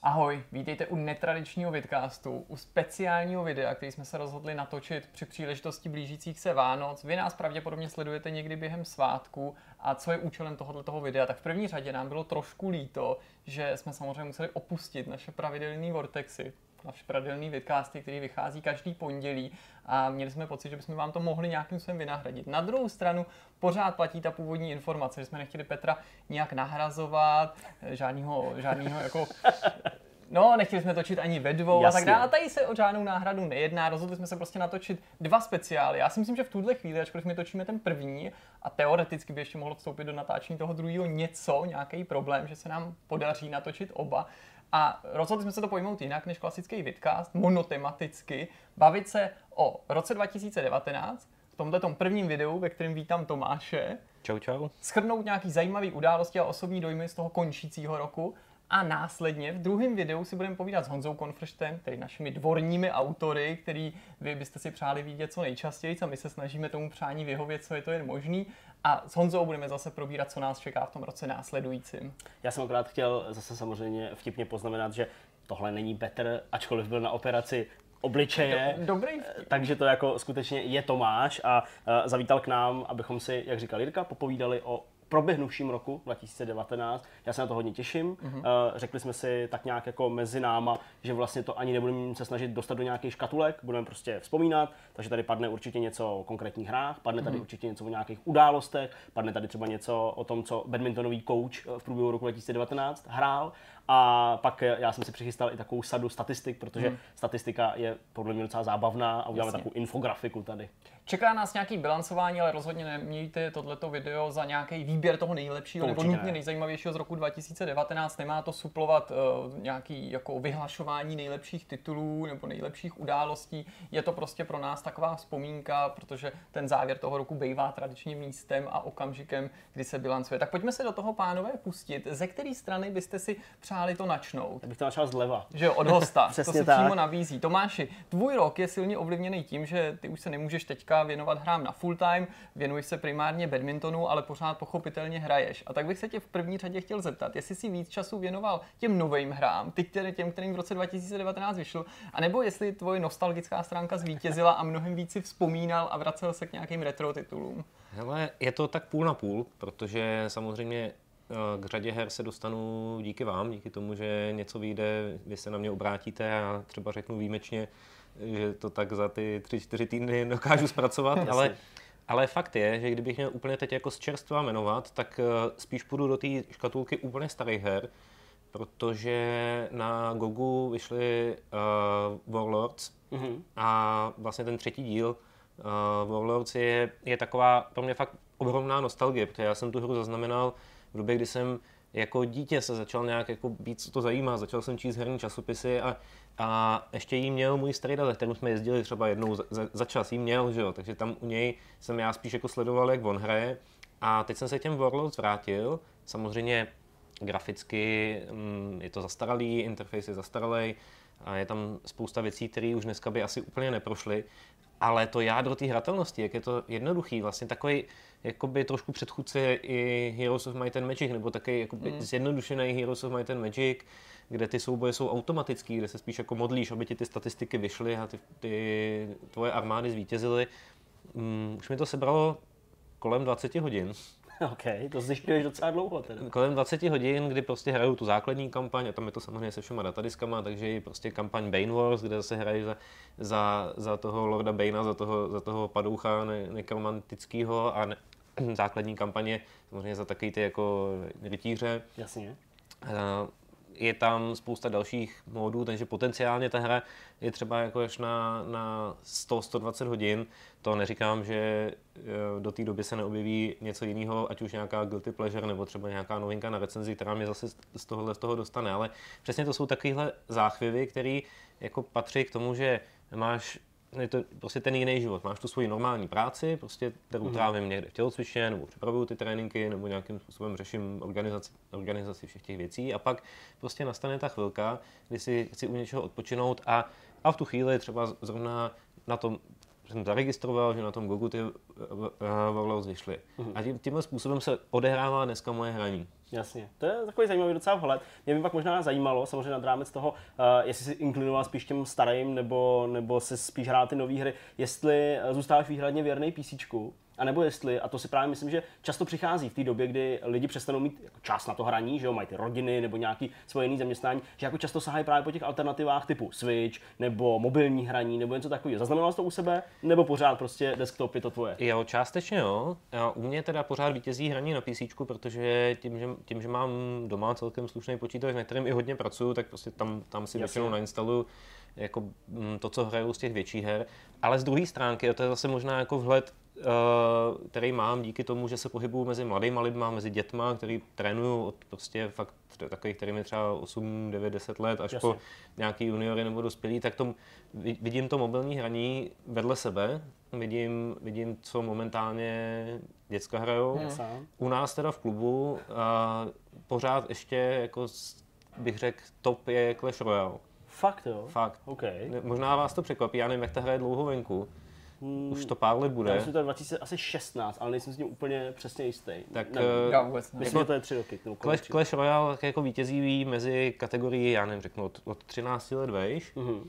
Ahoj, vítejte u netradičního vidcastu, u speciálního videa, který jsme se rozhodli natočit při příležitosti blížících se Vánoc. Vy nás pravděpodobně sledujete někdy během svátku a co je účelem tohoto videa? Tak v první řadě nám bylo trošku líto, že jsme samozřejmě museli opustit naše pravidelné vortexy, naše pravidelné vidcasty, který vychází každý pondělí a měli jsme pocit, že bychom vám to mohli nějakým způsobem vynahradit. Na druhou stranu pořád platí ta původní informace, že jsme nechtěli Petra nějak nahrazovat, žádnýho jako... No, nechtěli jsme točit ani ve dvou. Jasně. A tak dále. A tady se o žádnou náhradu nejedná. Rozhodli jsme se prostě natočit 2 speciály. Já si myslím, že v tuhle chvíli, ačkoliv my točíme ten první a teoreticky by ještě mohlo vstoupit do natáčení toho druhého nějaký problém, že se nám podaří natočit oba. A rozhodli jsme se to pojmout jinak než klasický vidcast, monotematicky, bavit se o roce 2019, v tomhletom prvním videu, ve kterém vítám Tomáše. Čau, čau. Shrnout nějaký zajímavý události a osobní dojmy z toho končícího roku. A následně v druhém videu si budeme povídat s Honzou Konfrštem, tedy našimi dvorními autory, který vy byste si přáli vidět co nejčastěji, a my se snažíme tomu přání vyhovět, co je to jen možný. A s Honzou budeme zase probírat, co nás čeká v tom roce následujícím. Já jsem akorát chtěl zase samozřejmě vtipně poznamenat, že tohle není Petr, ačkoliv byl na operaci obličeje, Dobrý. Takže to jako skutečně je Tomáš a zavítal k nám, abychom si, jak říkal Jirka, popovídali o proběhnuvším roku 2019. Já se na to hodně těším. Řekli jsme si tak nějak jako mezi náma, že vlastně to ani nebudeme se snažit dostat do nějakých škatulek, budeme prostě vzpomínat, takže tady padne určitě něco o konkrétních hrách, padne tady určitě něco o nějakých událostech, padne tady třeba něco o tom, co badmintonový coach v průběhu roku 2019 hrál. A pak já jsem si přichystal i takovou sadu statistik, protože statistika je podle mě docela zábavná a uděláme takovou infografiku tady. Čeká nás nějaký bilancování, ale rozhodně nemějte tohleto video za nějaký výběr toho nejlepšího nebo nutně nejzajímavějšího z roku 2019. Nemá to suplovat nějaký jako vyhlašování nejlepších titulů nebo nejlepších událostí. Je to prostě pro nás taková vzpomínka, protože ten závěr toho roku bývá tradičním místem a okamžikem, kdy se bilancuje. Tak pojďme se do toho, pánové, pustit. Ze které strany byste si přáli to načnout? Já bych to načal zleva. Že jo, od hosta. Přesně to se tak. Přímo nabízí. Tomáši, tvůj rok je silně ovlivněný tím, že ty už se nemůžeš teďka věnovat hrám na full time, věnuješ se primárně badmintonu, ale pořád pochopitelně hraješ. A tak bych se tě v první řadě chtěl zeptat, jestli si víc času věnoval těm novým hrám, těm, kterým v roce 2019 vyšel, anebo jestli tvoje nostalgická stránka zvítězila a mnohem víc si vzpomínal a vracel se k nějakým retro titulům. Hele, je to tak půl na půl, protože samozřejmě k řadě her se dostanu díky vám, díky tomu, že něco vyjde, vy se na mě obrátíte a třeba řeknu výjimečně, že to tak za ty 3-4 týdny dokážu zpracovat, ale fakt je, že kdybych měl úplně teď jako z čerstva jmenovat, tak spíš půjdu do té škatulky úplně starých her, protože na GOGu vyšly Warlords a vlastně ten 3. díl Warlords je taková pro mě fakt ohromná nostalgie, protože já jsem tu hru zaznamenal v době, kdy jsem jako dítě se začal nějak jako víc to zajímat, začal jsem číst herní časopisy a ještě jí měl můj starý dad, kterým jsme jezdili třeba jednou za čas, jí měl, že jo, takže tam u něj jsem já spíš jako sledoval, jak on hraje a teď jsem se těm Warlords vrátil, samozřejmě graficky je to zastaralý, interface je zastaralý a je tam spousta věcí, které už dneska by asi úplně neprošly, ale to jádro té hratelnosti, jak je to jednoduchý, vlastně takový jakoby trošku předchůdce i Heroes of Might and Magic, nebo taky jakoby zjednodušený Heroes of Might and Magic, kde ty souboje jsou automatický, kde se spíš jako modlíš, aby ti ty statistiky vyšly a ty tvoje armády zvítězily. Už mi to sebralo kolem 20 hodin. OK, to zjišťuješ docela dlouho teda. Kolem 20 hodin, kdy prostě hraju tu základní kampaň a tam je to samozřejmě se všema datadiskama, takže je prostě kampaň Bane Wars, kde zase hrají za toho Lorda Banea, za toho padoucha nekromantického a základní kampaně samozřejmě za taky ty jako rytíře. Jasně. Je tam spousta dalších módů, takže potenciálně ta hra je třeba jako až na 100-120 hodin. To neříkám, že do té doby se neobjeví něco jiného, ať už nějaká guilty pleasure nebo třeba nějaká novinka na recenzi, která mě zase z toho dostane. Ale přesně to jsou takovéhle záchvěvy, které jako patří k tomu, že máš je to prostě ten jiný život. Máš tu svoji normální práci, prostě kterou trávím někde v tělocvičně, nebo připravuju ty tréninky, nebo nějakým způsobem řeším organizaci všech těch věcí a pak prostě nastane ta chvilka, kdy si chci u něčeho odpočinout a v tu chvíli třeba zrovna na tom jsem zaregistroval, že na tom Gogu ty Warlords vyšly. A tímhle způsobem se odehrává dneska moje hraní. Jasně, to je takový zajímavý docela vhled. Mě by pak možná zajímalo, samozřejmě nad rámec toho, jestli si inklinoval spíš těm starým, nebo se spíš hrál ty nové hry, jestli zůstáváš výhradně věrnej PCčku, a nebo jestli, a to si právě myslím, že často přichází v té době, kdy lidi přestanou mít jako čas na to hraní, že jo, mají ty rodiny nebo nějaký svoje jiný zaměstnání, že jako často sahají právě po těch alternativách typu Switch nebo mobilní hraní nebo něco takového. Zaznamenal jsi to u sebe, nebo pořád prostě desktop je to tvoje? Jo, částečně jo. U mě teda pořád vítězí hraní na PC, protože tím, že mám doma celkem slušný počítač, na kterém i hodně pracuju, tak prostě tam si většinou nainstaluju jako to, co hraju z těch větších her. Ale z druhé stránky, to je zase možná jako vhled, který mám díky tomu, že se pohybuju mezi mladýma lidma, mezi dětma, který trénuju od prostě fakt takových, kterým je třeba 8, 9, 10 let, až po nějaký juniory nebo dospělí, tak vidím to mobilní hraní vedle sebe, vidím, co momentálně děcka hrajou. U nás teda v klubu pořád ještě, jako bych řekl, top je Clash Royale. Fakt jo? Fakt. Okay. Možná vás to překvapí, já nevím, jak ta hra je dlouho venku. Už to pár let bude. Já myslím, že to je 2016, ale nejsem s tím úplně přesně jistý. Tak myslím, že to je 3 roky. Clash Royale jako vítězí mezi kategorii, já nevím, řeknu od 13 let vejš.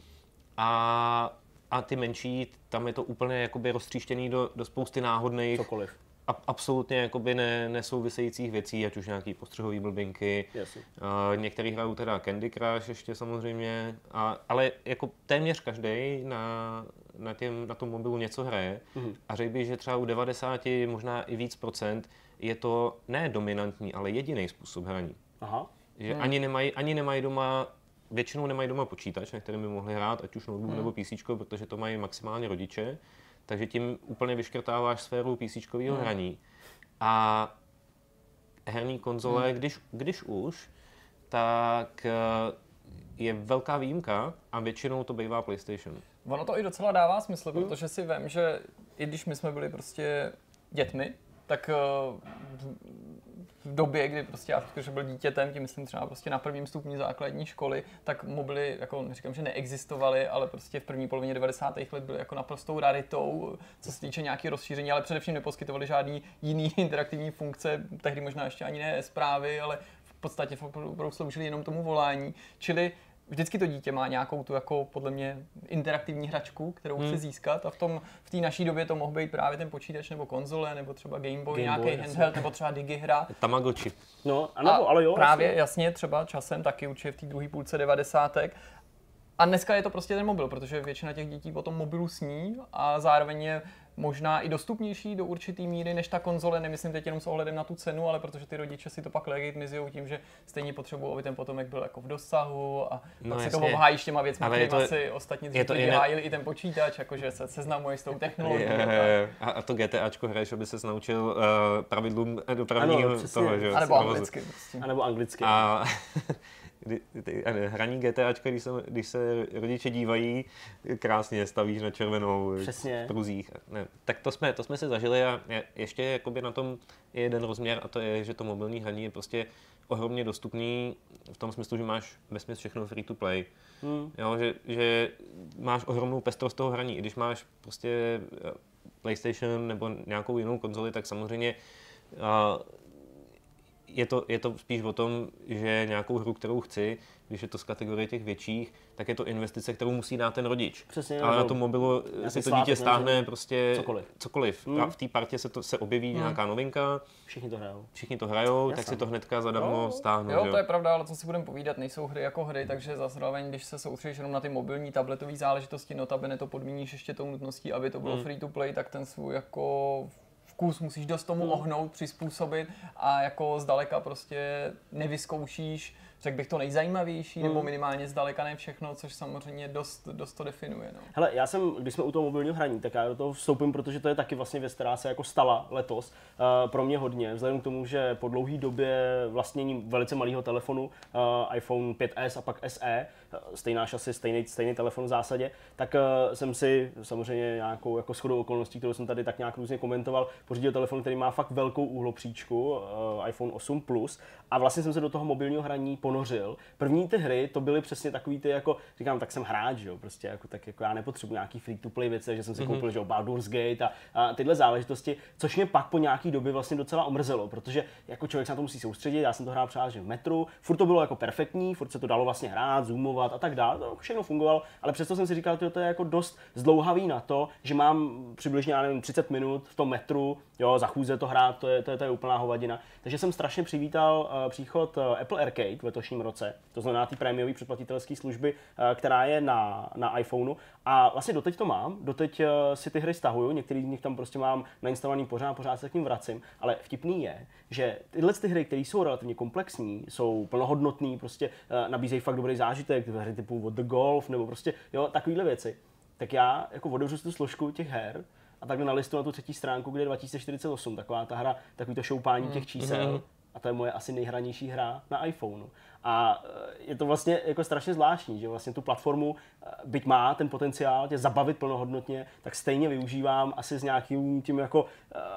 A ty menší, tam je to úplně jakoby roztříštěný do spousty náhodných. Cokoliv. Absolutně jakoby nesouvisejících věcí, ať už nějaký postřehový blbinky. Některý hrajou teda Candy Crush ještě samozřejmě, ale jako téměř každý na tom mobilu něco hraje. A řekl bych, že třeba u 90, možná i víc procent je to ne dominantní, ale jediný způsob hraní. Aha. Že ani nemají doma, většinou nemají doma počítač, na kterém by mohli hrát, ať už notebook nebo PC, protože to mají maximálně rodiče. Takže tím úplně vyškrtáváš sféru PCčkového hraní. A herní konzole, když už, tak je velká výjimka a většinou to bývá PlayStation. Ono to i docela dává smysl, protože si vem, že i když my jsme byli prostě dětmi, tak v době, kdy prostě já že byl dítětem, tím myslím třeba prostě na prvním stupni základní školy, tak mobily, jako neříkám, že neexistovaly, ale prostě v první polovině 90. let byly jako naprostou raritou, co se týče nějaké rozšíření, ale především neposkytovaly žádný jiný interaktivní funkce, tehdy možná ještě ani ne zprávy, ale v podstatě opravdu sloužily jenom tomu volání, čili vždycky to dítě má nějakou tu jako podle mě interaktivní hračku, kterou chce získat a v té naší době to mohl být právě ten počítač nebo konzole, nebo třeba Game Boy, nějaký handheld, nebo třeba digihra. Tamagotchi. No, ano, ale jo. Právě jasně, třeba časem taky určitě v té druhé půlce 90. A dneska je to prostě ten mobil, protože většina těch dětí o tom mobilu sní a zároveň je možná i dostupnější do určitý míry než ta konzole, nemyslím teď jenom s ohledem na tu cenu, ale protože ty rodiče si to pak legitimizujou tím, že stejně potřebují, aby ten potomek byl jako v dosahu a pak si to obhájíš těma věcmi, kterým asi ostatní dřív hájili i ten počítač, jakože se seznamuješ s tou technologií. A to GTAčko hraješ, aby ses naučil pravidlům dopravního toho, že jo? A nebo anglicky. Hraní GTAčka, když se rodiče dívají, krásně stavíš na červenou v pruzích. Ne, tak to jsme si zažili a ještě jakoby na tom je jeden rozměr a to je, že to mobilní hraní je prostě ohromně dostupný v tom smyslu, že máš vesměs všechno free to play. Jo, že máš ohromnou pestrost toho hraní. I když máš prostě PlayStation nebo nějakou jinou konzoli, tak samozřejmě je to spíš o tom, že nějakou hru, kterou chci, když je to z kategorie těch větších, tak je to investice, kterou musí dát ten rodič. Přesně, ale na tom mobilu si to dítě stáhne prostě cokoliv. A v té partě se objeví nějaká novinka. Všichni to hrajou, tak si to hnedka zadarmo stáhnou. Jo, to je pravda, ale co si budeme povídat, nejsou hry jako hry, takže zároveň, když se soustředíš jenom na ty mobilní tabletové záležitosti, notabene to podmíníš ještě tou nutností, aby to bylo free to play, tak ten svůj jako vkus musíš dost tomu ohnout, přizpůsobit a jako zdaleka prostě nevyzkoušíš, řekl bych to nejzajímavější, nebo minimálně zdaleka ne všechno, což samozřejmě dost to definuje. No. Hele, když jsme u toho mobilního hraní, tak já do toho vstoupím, protože to je taky vlastně věc, která se jako stala letos pro mě hodně, vzhledem k tomu, že po dlouhé době vlastnění velice malého telefonu, iPhone 5S a pak SE, stejná šasy, stejný telefon v zásadě, tak jsem si samozřejmě nějakou jako shodou okolností, kterou jsem tady tak nějak různě komentoval, pořídil telefon, který má fakt velkou úhlopříčku, iPhone 8 Plus, a vlastně jsem se do toho mobilního hraní ponořil. První ty hry, to byly přesně takový ty jako, říkám, tak jsem hráč, jo, prostě jako, tak jako já nepotřebuji nějaký free-to-play věci, že jsem si koupil, že Baldur's Gate a tyhle záležitosti, což mě pak po nějaký době vlastně docela omrzelo, protože jako člověk se na to musí soustředit, já jsem to hrál převážně v metru, furt to bylo jako perfektní, furt se to dalo vlastně hrát, zoomovat a tak dále, to všechno fungovalo, ale přesto jsem si říkal, že to je jako dost zdlouhavý na to, že mám přibližně, já nevím, 30 minut v tom metru, jo, za chůze to hrát, to je úplná hovadina. Takže jsem strašně přivítal příchod Apple Arcade v letošním roce, to znamená ty prémiové předplatitelské služby, která je na iPhoneu. A vlastně doteď to mám, doteď si ty hry stahuju, některý z nich tam prostě mám nainstalovaný pořád se k ním vracím, ale vtipný je, že tyhle ty hry, které jsou relativně komplexní, jsou plnohodnotné, prostě nabízejí fakt dobrý zážitek, hry typu What the Golf nebo prostě jo, takovýhle věci. Tak já jako otevřu tu složku těch her a takhle nalistu na tu třetí stránku, kde je 2048, taková ta hra, takový to šoupání těch čísel. A to je moje asi nejhranější hra na iPhoneu. A je to vlastně jako strašně zvláštní, že vlastně tu platformu, byť má ten potenciál tě zabavit plnohodnotně, tak stejně využívám asi s nějakým tím jako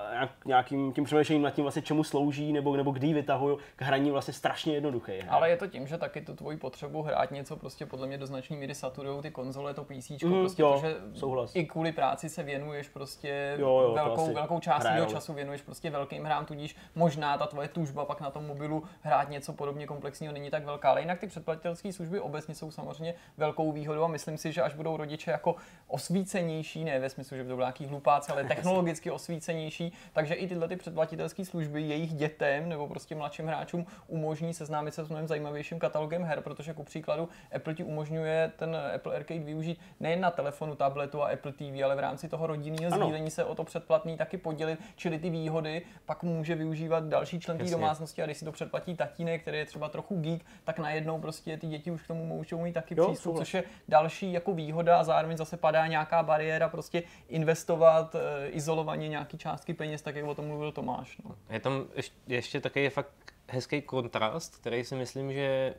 nějakým tím přemýšlením nad tím vlastně čemu slouží nebo kdy ji vytahuju k hraní vlastně strašně jednoduché. Ale je to tím, že taky tu tvoji potřebu hrát něco prostě podle mě do značné míry saturujou ty konzole, to PC, prostě jo, protože souhlas. I kvůli práci se věnuješ prostě velkou část svého času věnuješ prostě velkým hrám, tudíž možná ta tvoje tužba pak na tom mobilu hrát něco podobně komplexního není tak velká, ale jinak ty předplatitelské služby obecně jsou samozřejmě velkou výhodou a myslím si, že až budou rodiče jako osvícenější, ne ve smyslu, že budou nějaký hlupáci, ale technologicky osvícenější, takže i tyhle ty předplatitelské služby jejich dětem nebo prostě mladším hráčům umožní seznámit se s mnohem zajímavějším katalogem her, protože ku příkladu Apple ti umožňuje ten Apple Arcade využít nejen na telefonu, tabletu a Apple TV, ale v rámci toho rodinného sdílení se o to předplatný taky podělit, čili ty výhody pak může využívat další člen té domácnosti a když si to předplatí tatínek, který je třeba trochu geek, tak najednou prostě ty děti už k tomu můžou mít taky přístup, což je další jako výhoda a zároveň zase padá nějaká bariéra prostě investovat izolovaně nějaký částky peněz, tak jak o tom mluvil Tomáš. No. Je tam ještě taky je fakt hezký kontrast, který si myslím, že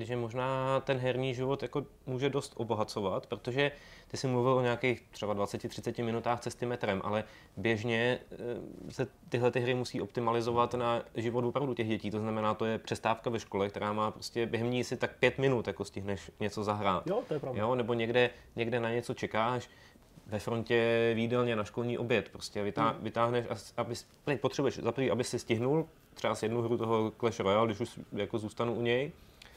možná ten herní život jako může dost obohacovat, protože ty jsi mluvil o nějakých třeba 20-30 minutách cesty metrem, ale běžně se tyhle ty hry musí optimalizovat na život opravdu těch dětí, to znamená, to je přestávka ve škole, která má prostě během ní si tak 5 minut jako stihneš něco zahrát. Jo, to je pravda. Jo, nebo někde na něco čekáš, ve frontě v jídelně na školní oběd, prostě vytáhneš, potřebuješ za první, aby si stihnul třeba jednu hru toho Clash Royale, když už jako zůstanu u něj,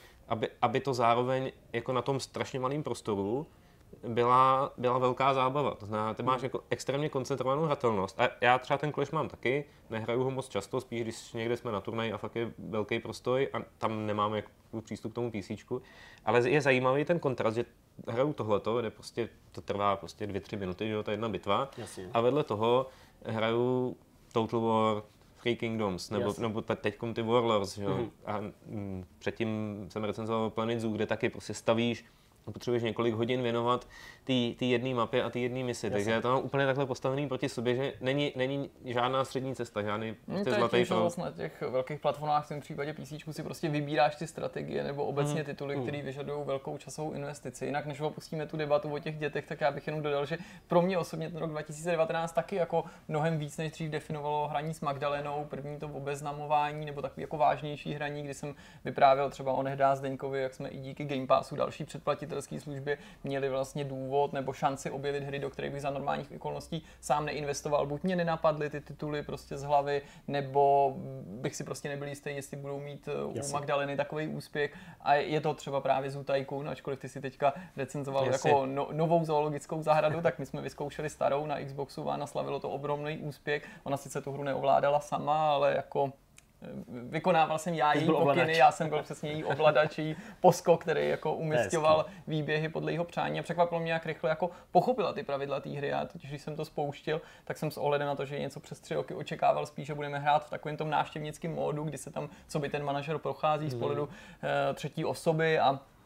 aby to zároveň jako na tom strašně malém prostoru byla velká zábava. To znamená, ty máš jako extrémně koncentrovanou hratelnost. A já třeba ten Clash mám taky, nehraju ho moc často, spíš když někde jsme na turnaji a fakt je velký prostoj a tam nemáme jako přístup k tomu PCčku. Ale je zajímavý ten kontrast, že hraju tohleto, kde prostě to trvá prostě 2-3 minuty, že jo, ta jedna bitva. Jasně. A vedle toho hraju Total War, Three Kingdoms, nebo teďkom ty Warlords, jo. A předtím jsem recenzoval Planet Zoo, kde taky prostě stavíš, potřebuješ několik hodin věnovat té jedné mapě a té jedné misi. Takže je to mám úplně takhle postavený proti sobě, že není žádná střední cesta, žádný prostě zlatý proud. Na těch velkých platformách, v tom případě PC si prostě vybíráš ty strategie nebo obecně tituly, které vyžadují velkou časovou investici. Jinak než opustíme tu debatu o těch dětech, tak já bych jenom dodal, že pro mě osobně ten rok 2019 taky jako mnohem víc než dřív definovalo hraní s Magdalenou, první to obeznamování nebo takový jako vážnější hraní, kdy jsem vyprávěl třeba o Nehdá Zdeňkovi, jak jsme i díky Game Passu další předplatitelské službě měli vlastně důvod nebo šanci objevit hry, do kterých bych za normálních okolností sám neinvestoval. Buď mě nenapadly ty tituly prostě z hlavy, nebo bych si prostě nebyl jistý, jestli budou mít u Magdaleny takový úspěch. A je to třeba právě Zoo Tycoon, ačkoliv ty si teďka recenzoval jako novou zoologickou zahradu, tak my jsme vyzkoušeli starou na Xboxu One a slavilo to ohromný úspěch. Ona sice tu hru neovládala sama, ale jako vykonával jsem já její pokyny, já jsem byl přesně její ovladač, její poskok, který jako umisťoval výběhy podle jeho přání a překvapilo mě, jak rychle jako pochopila ty pravidla té hry. Já totiž, když jsem to spouštěl, tak jsem s ohledem na to, že něco přes 3 roky očekával spíš, že budeme hrát v takovém tom návštěvnickém módu, kdy se tam, co by ten manažer prochází z pohledu třetí osoby a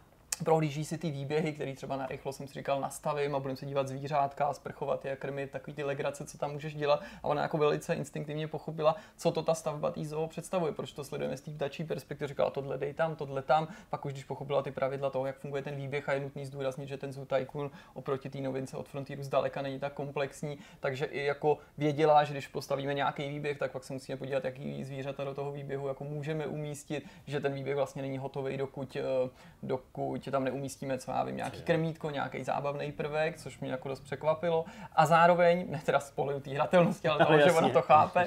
prohlíží si ty výběhy, který třeba na rychlo jsem si říkal nastavím a budeme se dívat zvířátka, sprchovat je, krmit, takový ty legrace, co tam můžeš dělat. A ona jako velice instinktivně pochopila, co to ta stavba té zoo představuje, proč to sledujeme z té ptačí perspektivy, říkala tohle dej tam, tohle tam. Pak už když pochopila ty pravidla toho, jak funguje ten výběh a je nutný zdůraznit, že ten Zoo Tycoon oproti té novince od Frontieru zdaleka není tak komplexní, takže i jako věděla, že když postavíme nějaký výběh, tak pak se musíme podívat, jaký zvířata do toho výběhu jako můžeme umístit, že ten výběh vlastně není hotový, dokud tam neumístíme, co já vím, nějaký krmítko, nějaký zábavný prvek, což mě jako dost překvapilo. A zároveň, ne teda z pohledu té hratelnosti, ale toho, že ona to chápe.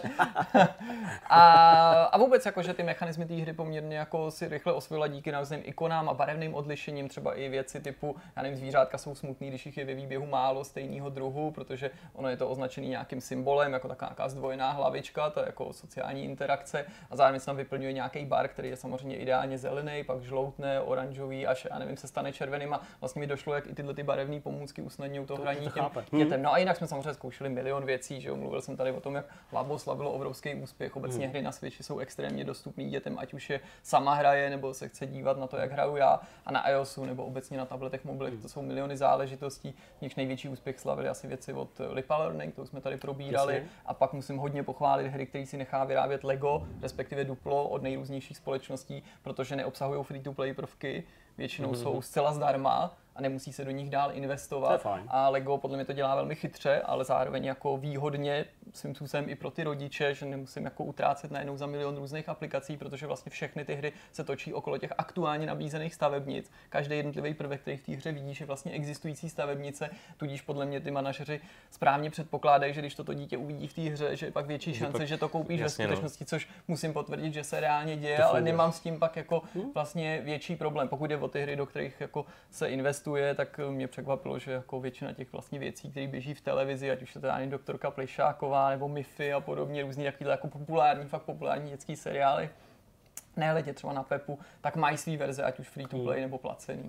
a vůbec jako, že ty mechanismy té hry poměrně jako si rychle osvojila díky různým ikonám a barevným odlišením, třeba i věci typu, já nevím, zvířátka jsou smutný, když jich je ve výběhu málo stejného druhu, protože ono je to označený nějakým symbolem, jako taková zdvojená hlavička, to je jako sociální interakce a zároveň se tam vyplňuje nějaký bar, který je samozřejmě ideálně zelený, pak žloutne, oranžový, až já nevím, se stane červeným a vlastně mi došlo, jak i tyhle ty barevné pomůcky usnadňují to hraní těm dětem. No a jinak jsme samozřejmě zkoušeli milion věcí, že jo, mluvil jsem tady o tom, jak Labo slavilo obrovský úspěch, obecně hry na Switchi jsou extrémně dostupný dětem, ať už je sama hraje, nebo se chce dívat na to, jak hraju já, a na iOSu nebo obecně na tabletech, mobilech, to jsou miliony záležitostí, v nichž největší úspěch slavili asi věci od Lipa Learning, to jsme tady probírali, a pak musím hodně pochválit hry, které si nechá vyrábět Lego, respektive Duplo od nejrůznějších společností, protože neobsahují free-to-play prvky, většinou jsou zcela zdarma a nemusí se do nich dál investovat. A Lego podle mě to dělá velmi chytře, ale zároveň jako výhodně svým způsobem i pro ty rodiče, že nemusím jako utrácet najednou za milion různých aplikací, protože vlastně všechny ty hry se točí okolo těch aktuálně nabízených stavebnic. Každý jednotlivý prvek, který v té hře vidíš, je vlastně existující stavebnice, tudíž podle mě ty manažeři správně předpokládají, že když toto dítě uvidí v té hře, že je pak větší šance, že to koupíš ve skutečnosti, což musím potvrdit, že se reálně děje, ale nemám s tím pak jako vlastně větší problém. Pokud jde o ty hry, do kterých jako se investuje, tak mě překvapilo, že jako většina těch vlastně věcí, které běží v televizi, ať už je to ani doktorka Plešáková nebo Miffy a podobně, různý takovýhle jako fakt populární dětský seriály, nehledě třeba na Pepu, tak mají svý verze, ať už free to play nebo placený.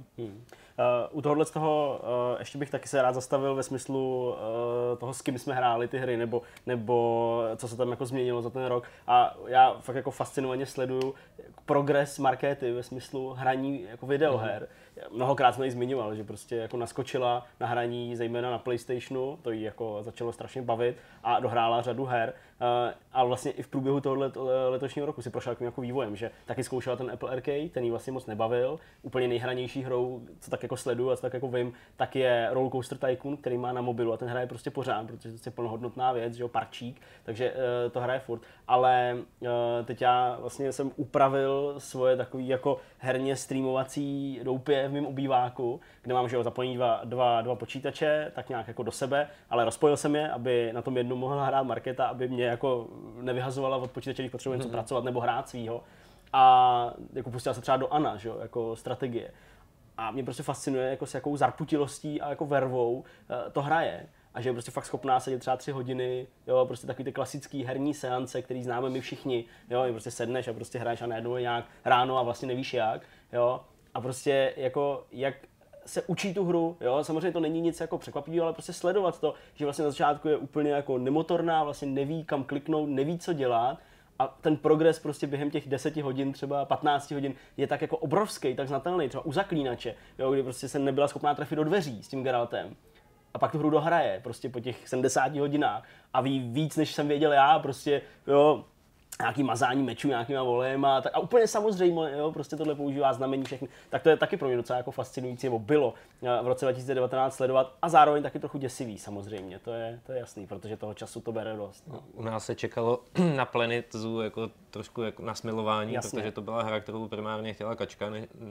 U tohohle z toho ještě bych taky se rád zastavil ve smyslu toho, s kým jsme hráli ty hry, nebo co se tam jako změnilo za ten rok. A já fakt jako fascinovaně sleduju progres Markéty ve smyslu hraní jako videoher. Mnohokrát jsme ji zmiňoval, že prostě jako naskočila na hraní zejména na PlayStationu, to jí jako začalo strašně bavit a dohrála řadu her. A vlastně i v průběhu tohoto letošního roku si prošla takovým jako vývojem, že taky zkoušela ten Apple Arcade, ten jí vlastně moc nebavil. Úplně nejhranější hrou, co tak jako sleduju a co tak jako vím, tak je Roller Coaster Tycoon, který má na mobilu a ten hraje prostě pořád, protože to je plnohodnotná věc, že jo, parčík, takže to hraje furt. Ale teď já vlastně jsem upravil svoje takový jako herně streamovací doupě v mém obýváku, kde mám, že jo, zapojení dva počítače, tak nějak jako do sebe, ale rozpojil jsem je, aby na tom jednom mohla hrát Markéta, aby mě jako nevyhazovala od počítače, když potřebuji něco pracovat nebo hrát svýho. A jako pustila se třeba do Ana, že jo, jako strategie. A mě prostě fascinuje, jako s jakou zarputilostí a jako vervou to hraje. A že je prostě fakt schopná sedět třeba 3 hodiny, jo, prostě takový ty klasický herní seance, který známe my všichni, jo, prostě sedneš a prostě hraješ a najednou je nějak ráno a vlastně nevíš jak, jo. A prostě jako jak se učí tu hru, jo, samozřejmě to není nic jako překvapivého, ale prostě sledovat to, že vlastně na začátku je úplně jako nemotorná, vlastně neví kam kliknout, neví co dělat a ten progres prostě během těch 10 hodin, třeba 15 hodin je tak jako obrovský, tak znatelný, třeba u Zaklínače, jo, kdy prostě jsem nebyla schopná trefit do dveří s tím Geraltem. A pak tu hru dohraje prostě po těch 70 hodinách a ví víc, než jsem věděl já, prostě jo, nějaký mazání mečů nějakýma volejema a úplně samozřejmě, jo, prostě tohle používá znamení všechny. Tak to je taky pro mě docela jako fascinující, nebo bylo v roce 2019 sledovat a zároveň taky trochu děsivý samozřejmě, to je jasný, protože toho času to bere dost. No. U nás se čekalo na Planet Zoo jako trošku jako na smilování, jasně, protože to byla hra, kterou primárně chtěla Kačka,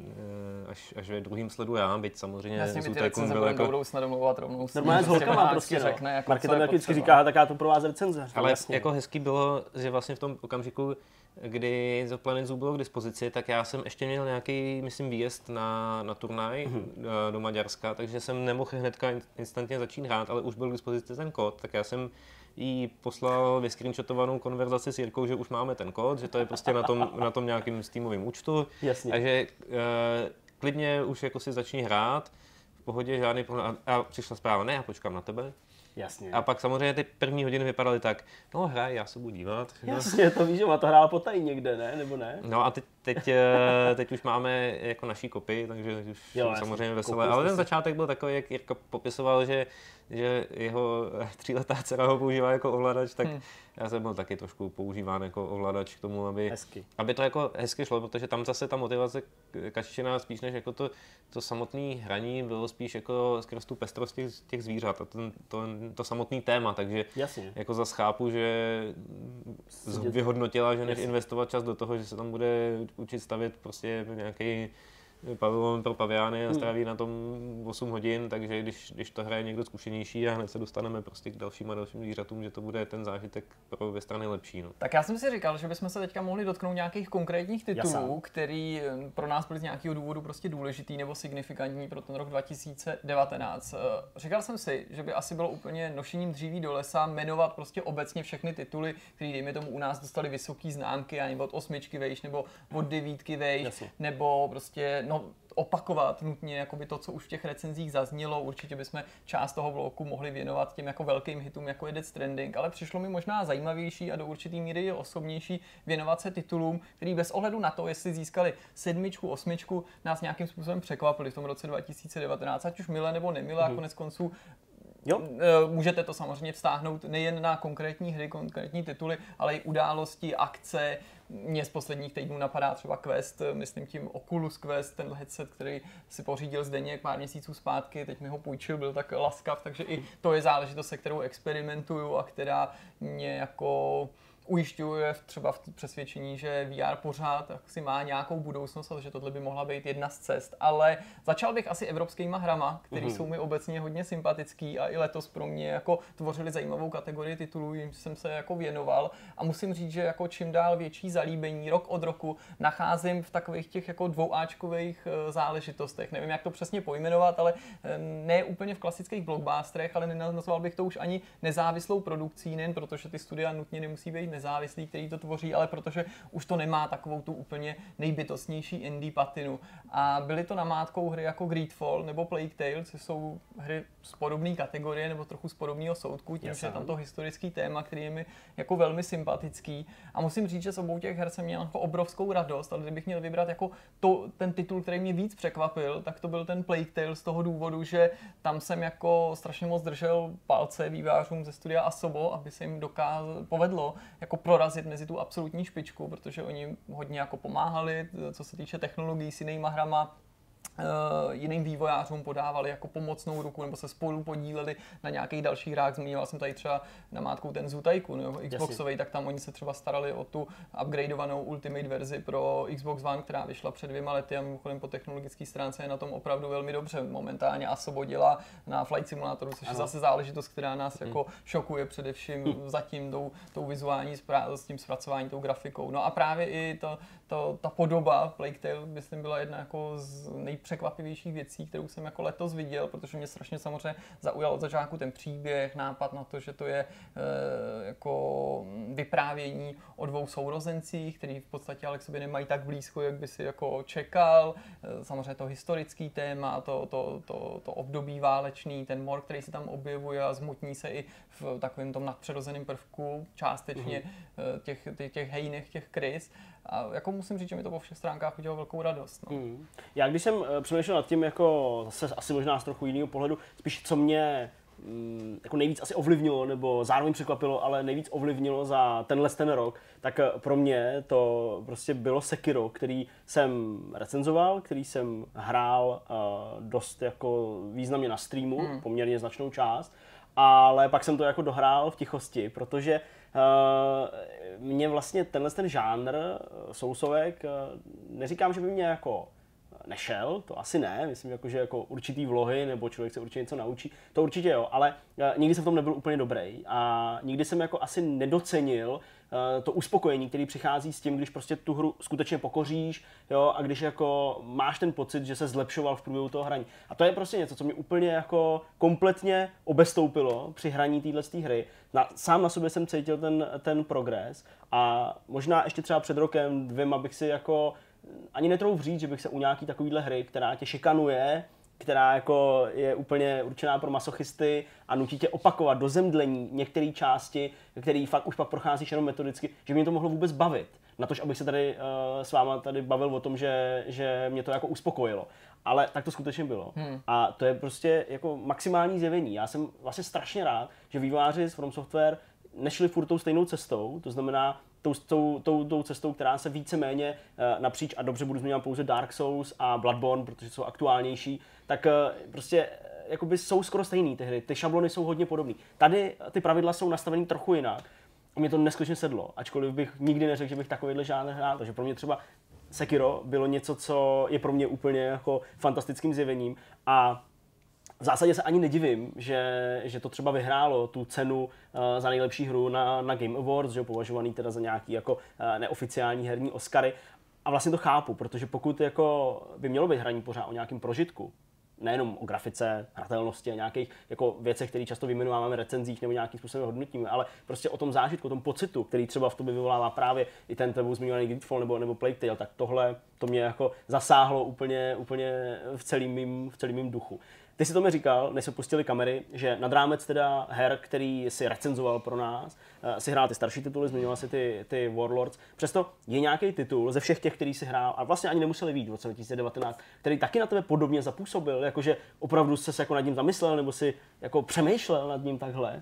až ve druhým sledu já, byť samozřejmě Zoo Tycoon byl jako... budou snad domluvat rovnou. Normálně s holkama prostě řekne, jako Markéta mi vždycky říká, tak já to pro vás recenze. Ale jasně, jako hezký bylo, že vlastně v tom okamžiku, kdy za Planet Zoo bylo k dispozici, tak já jsem ještě měl nějaký, myslím, výjezd na turnaj do Maďarska, takže jsem nemohl hnedka instantně začít hrát, ale už byl k dispozici ten kód, tak já jsem jí poslal vyscreenshotovanou konverzaci s Jirkou, že už máme ten kód, že to je prostě na tom nějakým Steamovým účtu. Jasně. Takže klidně už jako si začni hrát, v pohodě žádný problém. A přišla zpráva, ne, já počkám na tebe. Jasně. A pak samozřejmě ty první hodiny vypadaly tak, no hraj, já se budu dívat. Jasně, to víš, že má to hrála potají někde, ne? Nebo ne? No a teď teď už máme jako naší kopii, takže teď už jo, samozřejmě veselé. Ale ten začátek byl takový, jak Jirka popisoval, že jeho 3letá dcera ho používá jako ovladač, tak já jsem byl taky trošku používán jako ovladač k tomu, aby to jako hezky šlo, protože tam zase ta motivace kačičená spíš než jako to samotné hraní bylo spíš jako skrz tu pestrost těch zvířat a to samotné téma, takže jasně. jako zase chápu, že vyhodnotila, že než investovat čas do toho, že se tam bude učit stavět prostě nějaký pavilon pro paviány a stráví na tom 8 hodin, takže když to hraje někdo zkušenější a hned se dostaneme prostě k dalším zvířatům, že to bude ten zážitek pro obě strany lepší. No. Tak já jsem si říkal, že bychom se teďka mohli dotknout nějakých konkrétních titulů, který pro nás byly z nějakého důvodu prostě důležitý nebo signifikantní pro ten rok 2019. Říkal jsem si, že by asi bylo úplně nošením dříví do lesa jmenovat prostě obecně všechny tituly, které dejme tomu u nás dostali vysoké známky, ani od 8 vejš nebo od 9 vejš, nebo prostě opakovat nutně jakoby to, co už v těch recenzích zaznělo. Určitě bychom část toho bloku mohli věnovat těm jako velkým hitům, jako je Death Stranding, ale přišlo mi možná zajímavější a do určitý míry je osobnější věnovat se titulům, který bez ohledu na to, jestli získali 7, 8, nás nějakým způsobem překvapili v tom roce 2019, ať už mile nebo nemile, a konec konců jo. Můžete to samozřejmě vztáhnout nejen na konkrétní hry, konkrétní tituly, ale i události, akce. Mně z posledních týdnů napadá třeba Quest, myslím tím Oculus Quest, ten headset, který si pořídil Zdeněk pár měsíců zpátky, teď mi ho půjčil, byl tak laskav, takže i to je záležitost, se kterou experimentuju a která mě jako ujišťuje třeba v přesvědčení, že VR pořád si má nějakou budoucnost a že tohle by mohla být jedna z cest. Ale začal bych asi evropskýma hrama, které jsou mi obecně hodně sympatický a i letos pro mě jako tvořili zajímavou kategorii titulů, jim jsem se jako věnoval a musím říct, že jako čím dál větší zalíbení rok od roku nacházím v takových těch jako dvouáčkových záležitostech. Nevím, jak to přesně pojmenovat, ale ne úplně v klasických blockbusterech, ale nenazval bych to už ani nezávislou produkcí, nejen protože ty studia nutně nemusí být nezávislí, který to tvoří, ale protože už to nemá takovou tu úplně nejbytostnější indie patinu. A byly to namátkou hry jako Greedfall nebo Plague Tale, což jsou hry z podobné kategorie nebo trochu z podobného soudku, tím, že je tam to historický téma, který je mi jako velmi sympatický. A musím říct, že s obou těch her jsem měl jako obrovskou radost, ale kdybych měl vybrat jako ten titul, který mě víc překvapil, tak to byl ten Plague Tale z toho důvodu, že tam jsem jako strašně moc držel palce vývojářům ze studia Asobo, aby se jim povedlo jako prorazit mezi tu absolutní špičku, protože oni hodně jako pomáhali, co se týče technologií s jinýma hrama, jiným vývojářům podávali jako pomocnou ruku nebo se spolu podíleli na nějakých dalších hrách. Zmínil jsem tady třeba namátkou ten Zoo Tycoon, Xboxový, tak tam oni se třeba starali o tu upgradeovanou Ultimate verzi pro Xbox One, která vyšla před 2 lety a mimochodem po technologické stránce je na tom opravdu velmi dobře. Momentálně Asobo dělá na Flight Simulatoru, což je zase záležitost, která nás jako šokuje především zatím tou vizuální s tím zpracováním, tou grafikou. No a právě i ta podoba Plague Tale, myslím, byla jedna jako z nejpřekvapivějších věcí, kterou jsem jako letos viděl, protože mě strašně samozřejmě zaujal od začátku ten příběh, nápad na to, že to je jako vyprávění o 2 sourozencích, který v podstatě ale k sobě nemají tak blízko, jak by si jako čekal. Samozřejmě to historický téma, to období válečný, ten mor, který se tam objevuje a zmotní se i v takovém tom nadpřirozeném prvku, částečně těch hejnech, těch krys. A jako musím říct, že mi to po všech stránkách udělalo velkou radost. No. Já když jsem přemýšlel nad tím, jako zase asi možná z trochu jiného pohledu, spíš co mě jako nejvíc asi ovlivnilo, nebo zároveň překvapilo, ale nejvíc ovlivnilo za ten rok, tak pro mě to prostě bylo Sekiro, který jsem recenzoval, který jsem hrál dost jako významně na streamu, poměrně značnou část, ale pak jsem to jako dohrál v tichosti, protože mě vlastně ten žánr sousovek, neříkám, že by mě jako nešel, to asi ne, myslím, jako, že jako určitý vlohy, nebo člověk se určitě něco naučí, to určitě jo, ale nikdy jsem v tom nebyl úplně dobrý a nikdy jsem jako asi nedocenil to uspokojení, který přichází s tím, když prostě tu hru skutečně pokoříš, jo, a když jako máš ten pocit, že se zlepšoval v průběhu toho hraní. A to je prostě něco, co mě úplně jako kompletně obestoupilo při hraní této hry. Sám na sobě jsem cítil ten progres a možná ještě třeba před rokem, 2 bych si jako ani netrouf říct, že bych se u nějaký takovýhle hry, která tě šikanuje, která jako je úplně určená pro masochisty a nutí tě opakovat do zemdlení některé části, který fakt už pak procházíš jenom metodicky, že mě to mohlo vůbec bavit. na to, abych se tady s váma tady bavil o tom, že mě to jako uspokojilo. Ale tak to skutečně bylo. A to je prostě jako maximální zjevení. Já jsem vlastně strašně rád, že vývojáři z From Software nešli furt tou stejnou cestou, to znamená tou cestou, která se víceméně napříč, a dobře budu zmiňovat pouze Dark Souls a Bloodborne, protože jsou aktuálnější, tak prostě jakoby jsou skoro stejný ty hry, ty šablony jsou hodně podobný. Tady ty pravidla jsou nastavený trochu jinak a mě to neskutečně sedlo, ačkoliv bych nikdy neřekl, že bych takovýhle žánr hrál, takže pro mě třeba Sekiro bylo něco, co je pro mě úplně jako fantastickým zjevením a v zásadě se ani nedivím, že to třeba vyhrálo tu cenu za nejlepší hru na Game Awards, že považovaný teda za nějaký jako neoficiální herní Oscary. A vlastně to chápu, protože pokud jako by mělo být hraní pořád o nějakém prožitku, nejenom o grafice, hratelnosti a nějakých jako věcech, které často vyjmenováváme v recenzích nebo nějakým způsobem hodnotíme, ale prostě o tom zážitku, o tom pocitu, který třeba v tobě vyvolává právě i ten tebou zmiňovaný Greedfall nebo Plague Tale, tak tohle to mě jako zasáhlo úplně v celým mým duchu. Ty si to mi říkal, než se pustili kamery, že nad rámec teda her, který si recenzoval pro nás, si hrál ty starší tituly, zmiňoval si ty Warlords. Přesto je nějaký titul ze všech těch, který si hrál a vlastně ani nemuseli vyjít v roce 2019, který taky na tebe podobně zapůsobil, jakože opravdu ses jako nad ním zamyslel nebo si jako přemýšlel nad ním takhle?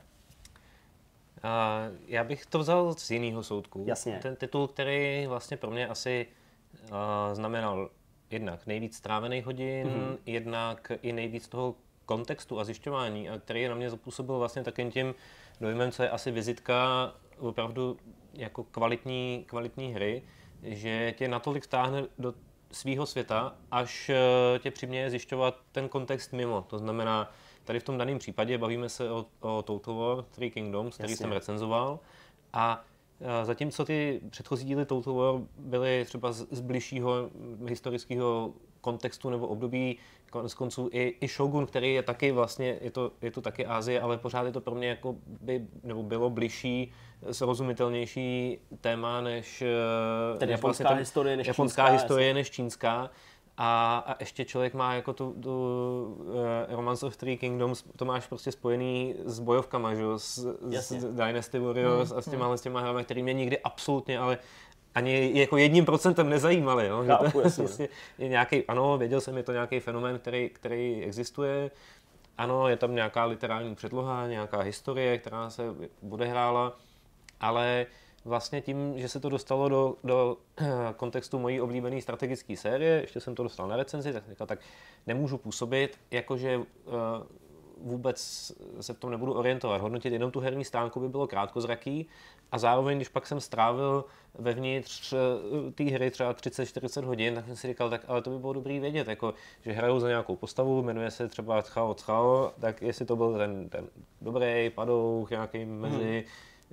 Já bych to vzal z jiného soudku. Jasně. Ten titul, který vlastně pro mě asi znamenal jednak nejvíc strávených hodin, jednak i nejvíc toho kontextu a zjišťování, a který na mě zapůsobil vlastně takým tím dojmem, co je asi vizitka opravdu jako kvalitní hry, že tě natolik vtáhne do svýho světa, až tě přiměje zjišťovat ten kontext mimo. To znamená, tady v tom daném případě bavíme se o Total War Three Kingdoms, který jsem recenzoval, a zatímco ty předchozí díly Total War byly třeba z bližšího historického kontextu nebo období, konec konců i Shogun, který je taky vlastně, je to taky Asie, ale pořád je to pro mě jako nebo bylo bližší, srozumitelnější téma než japonská historie než čínská. A ještě člověk má jako tu Romance of Three Kingdoms, to máš prostě spojený s bojovkama, že? S Dynasty Warriors a s těma hrami, který mě nikdy absolutně, ale ani jako 1% nezajímaly. Jo? Vlastně je nějaký, ano, věděl jsem, je to nějaký fenomén, který existuje. Ano, je tam nějaká literární předloha, nějaká historie, která se odehrála, ale vlastně tím, že se to dostalo do kontextu mojí oblíbené strategické série, ještě jsem to dostal na recenzi, tak říkal, tak nemůžu působit, jakože vůbec se v tom nebudu orientovat. Hodnotit jenom tu herní stránku by bylo krátkozraký a zároveň, když pak jsem strávil vevnitř té hry třeba 30-40 hodin, tak jsem si říkal, tak ale to by bylo dobrý vědět, jako, že hrajou za nějakou postavu, jmenuje se třeba Cao, tak jestli to byl ten dobrý padouch, nějaký mezi,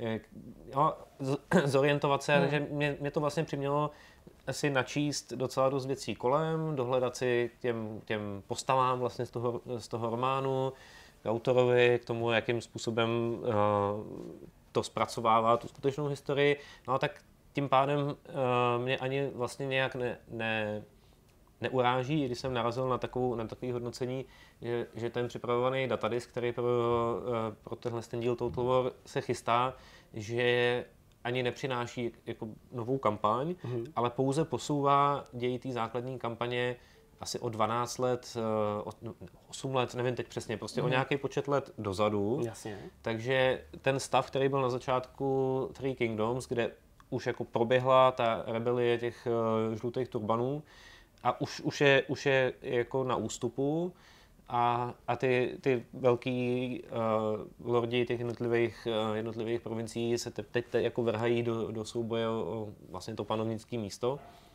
zorientovat se, takže mě to vlastně přimělo si načíst docela dost věcí kolem, dohledat si těm postavám vlastně z toho románu, k autorovi, k tomu, jakým způsobem to zpracovává tu skutečnou historii. No tak tím pádem mě ani vlastně nějak neuráží, když jsem narazil na takové hodnocení, že ten připravovaný datadisk, který pro tenhle díl Total War se chystá, že ani nepřináší jako novou kampaň, ale pouze posouvá děj té základní kampaně asi o 12 let, 8 let, nevím teď přesně, prostě o nějaký počet let dozadu. Jasně. Takže ten stav, který byl na začátku Three Kingdoms, kde už jako proběhla ta rebelie těch žlutých turbanů a už je jako na ústupu, a ty velký lordi těch jednotlivých provincií se teď jako vrhají do souboje o vlastně to panovnické místo.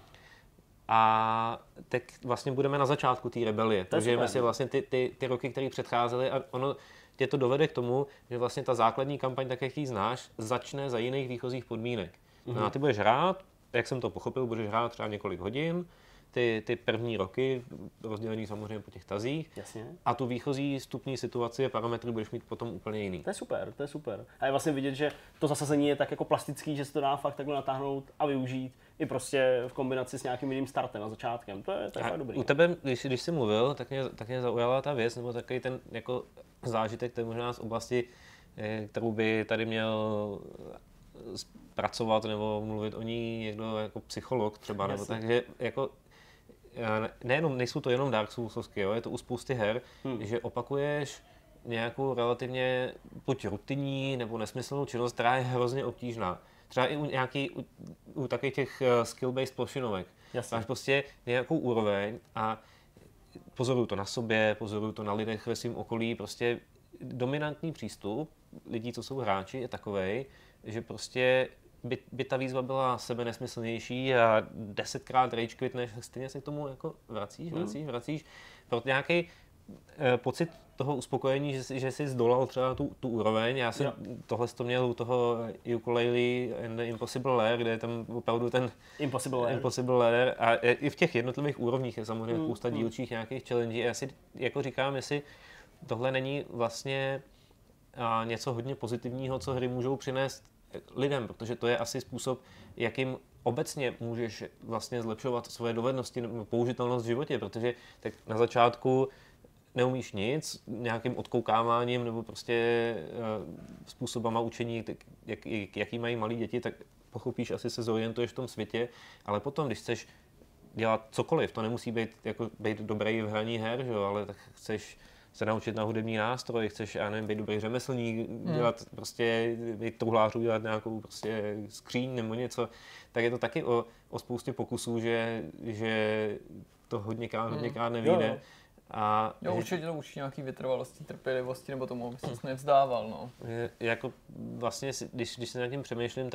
A teď vlastně budeme na začátku té rebelie. Prožijeme si vlastně ty roky, které předcházely, a ono tě to dovede k tomu, že vlastně ta základní kampaň, tak jak ji znáš, začne za jiných výchozích podmínek. No a ty budeš hrát, jak jsem to pochopil, budeš hrát třeba několik hodin, ty první roky, rozdělený samozřejmě po těch tazích. Jasně. A tu výchozí vstupní situaci a parametry budeš mít potom úplně jiný. To je super. A je vlastně vidět, že to zasazení je tak jako plastický, že se to dá fakt takhle natáhnout a využít i prostě v kombinaci s nějakým jiným startem a začátkem. To je fakt dobrý. U tebe, když jsi mluvil, tak mě zaujala ta věc, nebo takový ten jako zážitek, to je možná z oblasti, kterou by tady měl pracovat nebo mluvit o ní někdo jako psycholog třeba, nebo takže jako nejsou to jenom Dark Soulsovky, jo, je to u spousty her, že opakuješ nějakou relativně buď rutinní nebo nesmyslnou činnost, která je hrozně obtížná. Třeba i u takových těch skill-based plošinovek. Máš prostě nějakou úroveň a pozoruju to na sobě, pozoruju to na lidech ve svém okolí, prostě dominantní přístup lidí, co jsou hráči, je takovej, že prostě by ta výzva byla sebe nesmyslnější a 10krát rage quitneš, stejně se k tomu jako vracíš. Pro nějaký pocit toho uspokojení, že jsi zdolal třeba tu úroveň. Já jsem tohle měl u toho Yooka-Laylee and the Impossible Lair, kde je tam opravdu ten Impossible Lair a i v těch jednotlivých úrovních je samozřejmě spousta dílčích nějakých challenge. Já si jako říkám, jestli tohle není vlastně něco hodně pozitivního, co hry můžou přinést lidem, protože to je asi způsob, jakým obecně můžeš vlastně zlepšovat svoje dovednosti nebo použitelnost v životě, protože tak na začátku neumíš nic, nějakým odkoukáváním nebo prostě způsobama učení, jaký mají malí děti, tak pochopíš, asi se zorientuješ v tom světě, ale potom, když chceš dělat cokoliv, to nemusí být dobrý v hraní her, že jo, ale tak chceš se naučit na hudební nástroj, chceš, já nevím, být dobrý řemeslník, dělat prostě, být touhlářů, dělat nějakou prostě skříň nebo něco, tak je to taky o spoustě pokusů, že to hodněkrát nevyjde. Určitě to učí nějaký vytrvalosti, trpělivosti, nebo tomu, aby ses nevzdával, no. Jako vlastně, když si nad tím přemýšlím,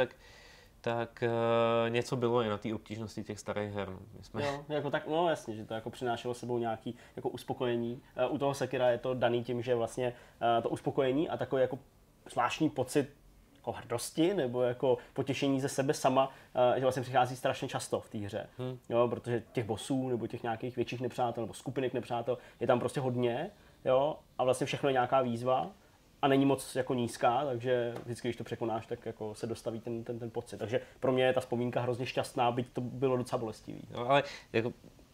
tak něco bylo i na té obtížnosti těch starých her. Jo, jako tak, no jasně, že to jako přinášelo sebou nějaký jako uspokojení. U toho Sekira je to daný tím, že vlastně to uspokojení a takový jako zvláštní pocit jako hrdosti nebo jako potěšení ze sebe sama, že vlastně přichází strašně často v té hře. Jo, protože těch bossů nebo těch nějakých větších nepřátel nebo skupinek nepřátel je tam prostě hodně, jo, a vlastně všechno je nějaká výzva a není moc jako nízká, takže vždycky, když to překonáš, tak jako se dostaví ten pocit. Takže pro mě je ta vzpomínka hrozně šťastná, byť to bylo docela bolestivý. No, ale jako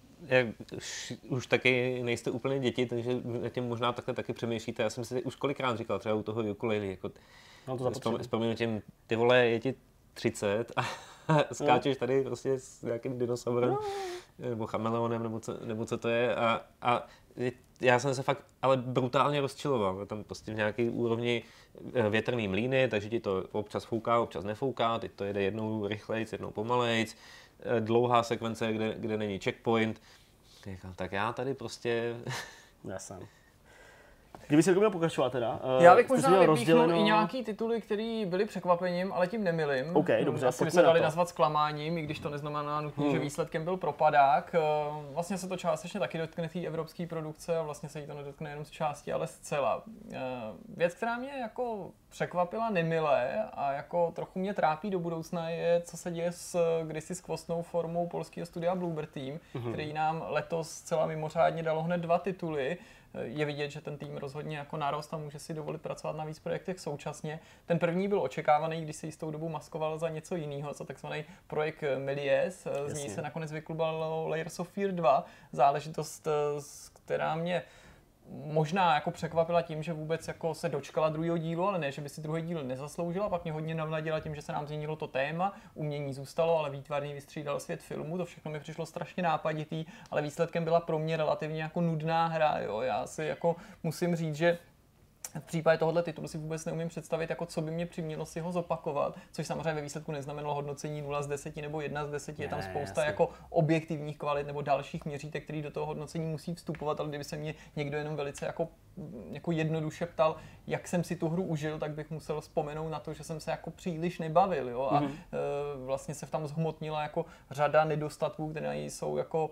už taky nejste úplně děti, takže na tím možná takhle taky přemýšlíte. Já jsem si už kolikrát říkal, třeba u toho Yooka-Laylee, jako vzpomínám těm, ty vole, je ti 30 a skáčeš tady prostě s nějakým dinosaurem nebo chameleonem, nebo co to je a já jsem se fakt ale brutálně rozčiloval. Tam prostě v nějaké úrovni větrný mlýny, takže ti to občas fouká, občas nefouká, teď to jede jednou rychlejc, jednou pomalejc, dlouhá sekvence, kde není checkpoint. Tak já tady prostě... Jasně. Kdyby si měl pokračovat teda. Já bych možná vypíchnul i nějaký tituly, které byly překvapením, ale tím nemilým. OK, dobře, asi by se dali nazvat zklamáním, i když to neznamená nutně, že výsledkem byl propadák. Vlastně se to částečně taky dotkne té evropské produkce a vlastně se jí to nedotkne jenom z části, ale zcela. Věc, která mě jako překvapila nemile a jako trochu mě trápí do budoucna, je, co se děje s kdysi skvostnou formou polského studia Bloober Team, který nám letos zcela mimořádně dalo hned 2 tituly. Je vidět, že ten tým rozhodně jako narost a může si dovolit pracovat na víc projektech současně. Ten první byl očekávaný, když se jistou dobu maskoval za něco jiného, za takzvaný projekt Méliès. Z něj se nakonec vyklubalo Layers of Fear 2, záležitost, která mě možná jako překvapila tím, že vůbec jako se dočkala druhého dílu, ale ne, že by si druhý díl nezasloužila, pak mě hodně navnadila tím, že se nám změnilo to téma, umění zůstalo, ale výtvarně vystřídal svět filmu, to všechno mi přišlo strašně nápaditý, ale výsledkem byla pro mě relativně jako nudná hra, jo. Já si jako musím říct, že v případě tohoto titulu si vůbec neumím představit, jako co by mě přimělo si ho zopakovat, což samozřejmě ve výsledku neznamenalo hodnocení 0 z 10 nebo 1 z 10, je tam spousta jako objektivních kvalit nebo dalších měřítek, které do toho hodnocení musí vstupovat, ale kdyby se mě někdo jenom velice jako jednoduše ptal, jak jsem si tu hru užil, tak bych musel vzpomenout na to, že jsem se jako příliš nebavil, jo, a vlastně se tam zhmotnila jako řada nedostatků, které jsou jako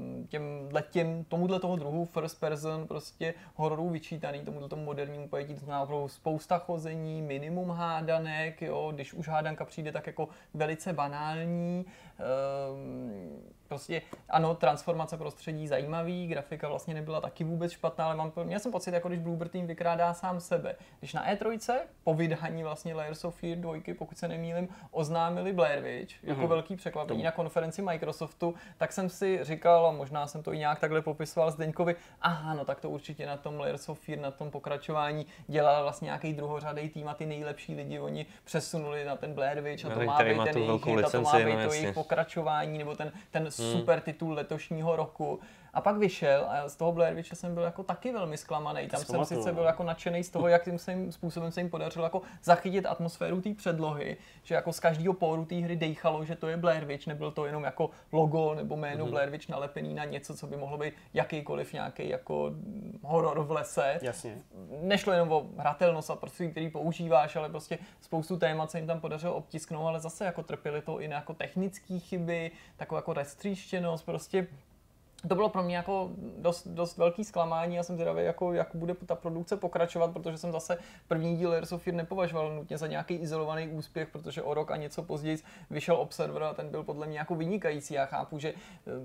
tomuhle toho druhu first person prostě hororů vyčítaný, tomuhle tomu modernímu pojetí, to znamená opravdu spousta chození, minimum hádanek, jo, když už hádanka přijde, tak jako velice banální, Prostě ano, transformace prostředí zajímavý, grafika vlastně nebyla taky vůbec špatná, ale měl jsem pocit, jako když Bloober Team vykrádá sám sebe. Když na E3 po vydání vlastně Layers of Fear 2, pokud se nemýlim, oznámili Blair Witch jako velký překvapení na konferenci Microsoftu, tak jsem si říkal, a možná jsem to i nějak takhle popisoval Zdeňkovi, aha, no tak to určitě na tom Layers of Fear, na tom pokračování dělal vlastně nějaký druhořadý tým a ty nejlepší lidi oni přesunuli na ten Blair Witch a to má být ten jejich hit, a to má být to jejich pokračování nebo ten super titul letošního roku. A pak vyšel a z toho Blair Witche jsem byl jako taky velmi zklamaný. Tam jsem sice byl jako nadšený z toho, jakým způsobem se jim podařilo jako zachytit atmosféru té předlohy, že jako z každého póru té hry dejchalo, že to je Blair Witch, nebyl to jenom jako logo nebo jméno Blair Witch nalepený na něco, co by mohlo být jakýkoliv nějaký jako horor v lese. Jasně. Nešlo jenom o hratelnost a prostředí, který používáš, ale prostě spoustu témat se jim tam podařilo obtisknout, ale zase jako trpěli to i na jako technické chyby, takovou jako roztříštěnost, prostě to bylo pro mě jako dost velký zklamání a jsem zvědavý, jako jak bude ta produkce pokračovat, protože jsem zase první díl Layers of Fear nepovažoval nutně za nějaký izolovaný úspěch, protože o rok a něco později vyšel Observer a ten byl podle mě jako vynikající. Já chápu, že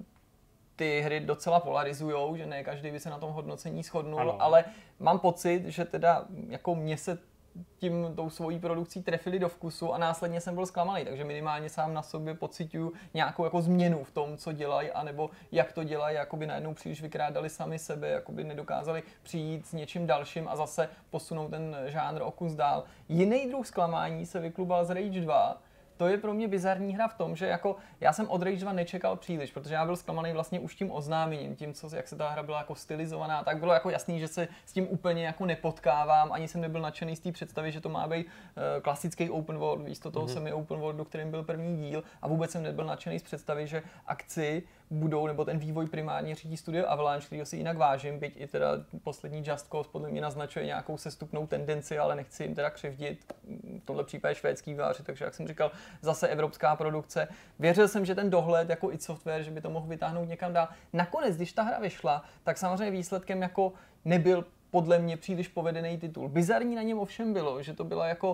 ty hry docela polarizujou, že ne každý by se na tom hodnocení shodnul, ale mám pocit, že teda jako mě se tou svojí produkcí trefili do vkusu a následně jsem byl zklamaný, takže minimálně sám na sobě pociťuju nějakou jako změnu v tom, co dělají, anebo jak to dělají, jakoby najednou příliš vykrádali sami sebe, jakoby nedokázali přijít s něčím dalším a zase posunout ten žánr o kus dál. Jiný druh zklamání se vyklubal z Rage 2. To je pro mě bizarní hra v tom, že jako já jsem od Rage 2 nečekal příliš, protože já byl zklamaný vlastně už tím oznámením, tím, jak se ta hra byla jako stylizovaná, tak bylo jako jasný, že se s tím úplně jako nepotkávám, ani jsem nebyl nadšený z té představy, že to má být klasický open world, místo toho semi open world, do kterým byl první díl, a vůbec jsem nebyl nadšený z představy, že akci budou, nebo ten vývoj primárně řídí studio Avalanche, kterýho si jinak vážím, byť i teda poslední Just Cause podle mě naznačuje nějakou sestupnou tendenci, ale nechci jim teda křivdit, v tomhle případě švédský vývojáři, takže jak jsem říkal, zase evropská produkce. Věřil jsem, že ten dohled jako id Software, že by to mohl vytáhnout někam dál. Nakonec, když ta hra vyšla, tak samozřejmě výsledkem jako nebyl podle mě příliš povedený titul. Bizarní na něm ovšem bylo, že to byla jako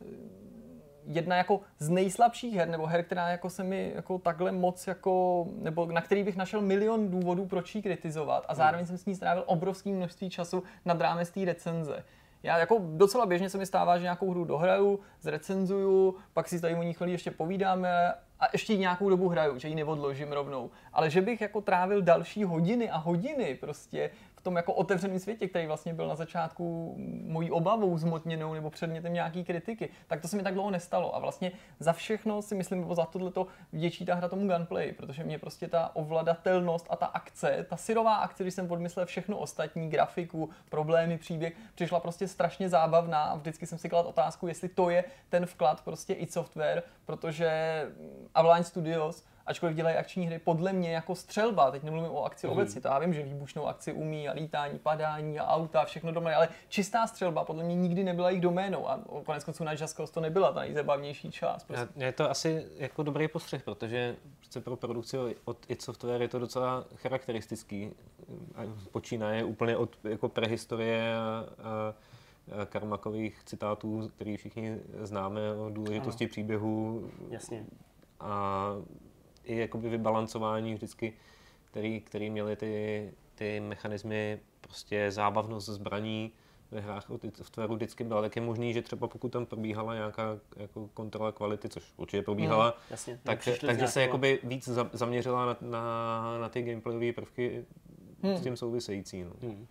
jedna jako z nejslabších her, nebo her, která jako se mi jako takhle moc jako, nebo na který bych našel milion důvodů, proč ji kritizovat, a zároveň jsem s ní strávil obrovské množství času nad rámec té recenze. Já jako docela běžně se mi stává, že nějakou hru dohraju, zrecenzuju, pak si tady o ní chvíli ještě povídáme a ještě ji nějakou dobu hraju, že ji neodložím rovnou. Ale že bych jako trávil další hodiny a hodiny prostě v tom jako otevřeném světě, který vlastně byl na začátku mojí obavou zmotněnou nebo předmětem nějaký kritiky, tak to se mi tak dlouho nestalo. A vlastně za všechno si myslím, nebo za tohleto vděčí ta hra tomu gunplay, protože mě prostě ta ovladatelnost a ta akce, ta syrová akce, když jsem odmyslel všechno ostatní, grafiku, problémy, příběh, přišla prostě strašně zábavná a vždycky jsem si kladl otázku, jestli to je ten vklad prostě id Software, protože Avalanche Studios, ačkoliv dělají akční hry, podle mě jako střelba, teď nemluvím o akci obecně, to já vím, že výbušnou akci umí a lítání, padání a auta, všechno doma, ale čistá střelba podle mě nikdy nebyla jejich doménou a konec konců na Just Cause to nebyla ta nejzabavnější část. Prostě. Je to asi jako dobrý postřeh, protože pro produkci od id Software je to docela charakteristický. Počínaje úplně od jako prehistorie a Karmakových citátů, který všichni známe o důležitosti příběhu. Jasně. A i jakoby vybalancování vždycky, který měly ty mechanismy, prostě zábavnost zbraní ve hrách od id Softwareu vždycky byla. Tak je možný, že třeba pokud tam probíhala nějaká jako kontrola kvality, což určitě probíhala, jasně, takže se jakoby víc zaměřila na ty gameplayové prvky s tím související. No.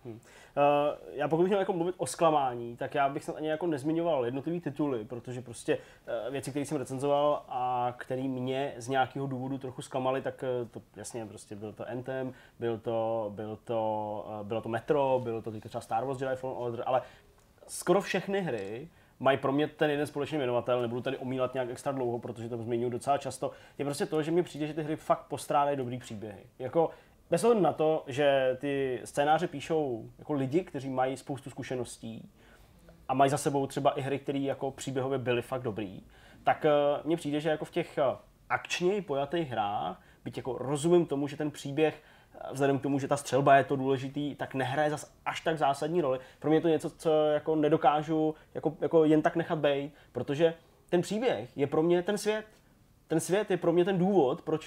Já pokud bych měl jako mluvit o zklamání, tak já bych snad ani jako nezmiňoval jednotlivý tituly, protože prostě věci, které jsem recenzoval a které mě z nějakého důvodu trochu zklamaly, tak to jasně prostě byl to Anthem, bylo to Metro, bylo to teďka třeba Star Wars Jedi Fallen Order, ale skoro všechny hry mají pro mě ten jeden společný jmenovatel, nebudu tady omílat nějak extra dlouho, protože to zmiňuji docela často, je prostě to, že mi přijde, že ty hry fakt postrádají dobrý příběhy. Jako bez ohledu na to, že ty scénáře píšou jako lidi, kteří mají spoustu zkušeností a mají za sebou třeba i hry, které jako příběhově byly fakt dobrý, tak mně přijde, že jako v těch akčněji pojatých hrách, byť jako rozumím tomu, že ten příběh, vzhledem k tomu, že ta střelba je to důležitý, tak nehraje zas až tak zásadní roli. Pro mě je to něco, co jako nedokážu jako jen tak nechat bejt, protože ten příběh je pro mě ten svět. ten svět je pro mě ten důvod, proč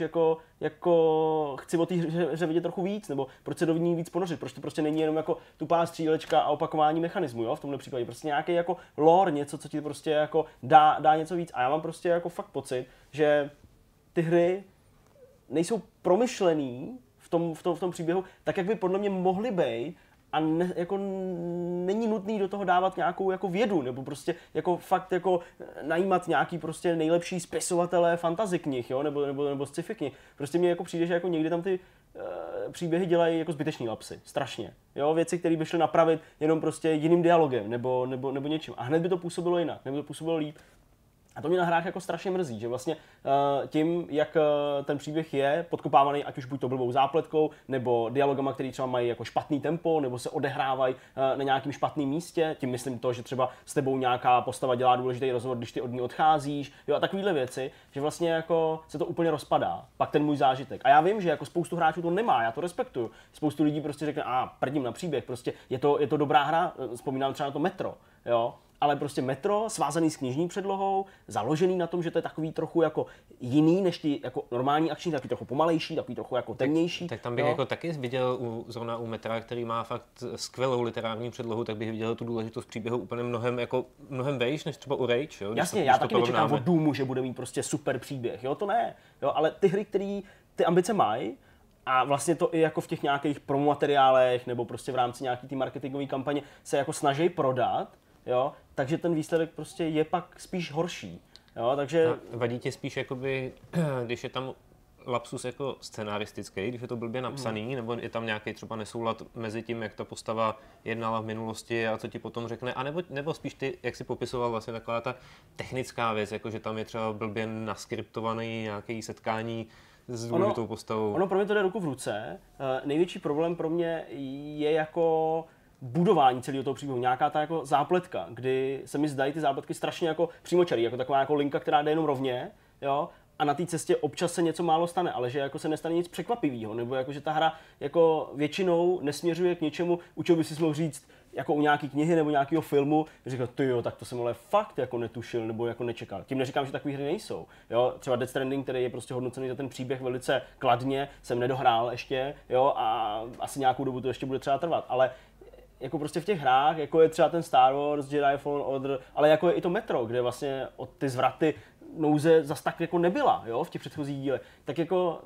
jako chci o té hře vidět trochu víc, nebo proč se do ní víc ponořit, proč to prostě není jenom jako tupá střílečka a opakování mechanismu, jo, v tomhle případě. Prostě nějaký jako lore, něco, co ti prostě jako dá něco víc. A já mám prostě jako fakt pocit, že ty hry nejsou promyšlený v tom příběhu, tak jak by podle mě mohly být, a jako není nutný do toho dávat nějakou jako vědu, nebo prostě jako fakt jako najímat nějaký prostě nejlepší spisovatele fantasy knih, jo, nebo sci-fi knih. Prostě mně jako přijde, že jako někdy tam ty příběhy dělají jako zbytečný lapsy, strašně. Jo, věci, které by šly napravit jenom prostě jiným dialogem nebo něčím. A hned by to působilo jinak, nebo to působilo líp. A to mě na hrách jako strašně mrzí, že vlastně tím, jak ten příběh je podkopávaný, ať už buď to blbou zápletkou, nebo dialogama, který třeba mají jako špatný tempo, nebo se odehrávají na nějakém špatném místě, tím myslím to, že třeba s tebou nějaká postava dělá důležitý rozhovor, když ty od ní odcházíš, jo, a takovýhle věci, že vlastně jako se to úplně rozpadá, pak ten můj zážitek. A já vím, že jako spoustu hráčů to nemá, já to respektuju. Spoustu lidí prostě řekne, prdím na příběh, prostě je to dobrá hra, vzpomínám třeba na to Metro, jo. Ale prostě Metro, svázaný s knižní předlohou, založený na tom, že to je takový trochu jako jiný než ty jako normální akční, takový trochu pomalejší, takový trochu jako temnější. Tak tam bych jako taky viděl zrovna u Metra, který má fakt skvělou literární předlohu, tak bych viděl tu důležitost příběhu úplně mnohem vejš než třeba u Rage. Jo? Jasně, já taky nečekám od Doomu, že bude mít prostě super příběh, jo, to ne. Jo, ale ty hry, které ty ambice mají, a vlastně to i jako v těch nějakých promomateriálech nebo prostě v rámci nějaký té marketingové kampaně se jako snaží prodat, jo, takže ten výsledek prostě je pak spíš horší. Jo, takže... Vadí tě spíš, jakoby, když je tam lapsus jako scenaristický, když je to blbě napsaný, nebo je tam nějaký třeba nesoulad mezi tím, jak ta postava jednala v minulosti a co ti potom řekne, nebo spíš ty, jak jsi popisoval, vlastně taková ta technická věc, jako že tam je třeba blbě naskriptovaný nějaký setkání s důležitou postavou. Ono pro mě to jde ruku v ruce. Největší problém pro mě je jako budování celého toho příběhu, nějaká ta jako zápletka, kdy se mi zdají ty zápletky strašně jako přímočarý, jako taková jako linka, která jde jenom rovně, jo, a na té cestě občas se něco málo stane, ale že jako se nestane nic překvapivého, nebo jako že ta hra jako většinou nesměřuje k něčemu, u čeho by si mohl říct, jako u nějaký knihy nebo nějakého filmu, říkal, tyjo, tak to jsem ale fakt jako netušil nebo jako nečekal. Tím neříkám, že takové hry nejsou. Jo, třeba Death Stranding, který je prostě hodnocený za ten příběh velice kladně, jsem nedohrál ještě, jo, a asi nějakou dobu to ještě bude třeba trvat, ale jako prostě v těch hrách, jako je třeba ten Star Wars, Jedi Fallen Order, ale jako je i to Metro, kde vlastně od ty zvraty nouze zas tak jako nebyla, jo, v těch předchozích dílech, tak jako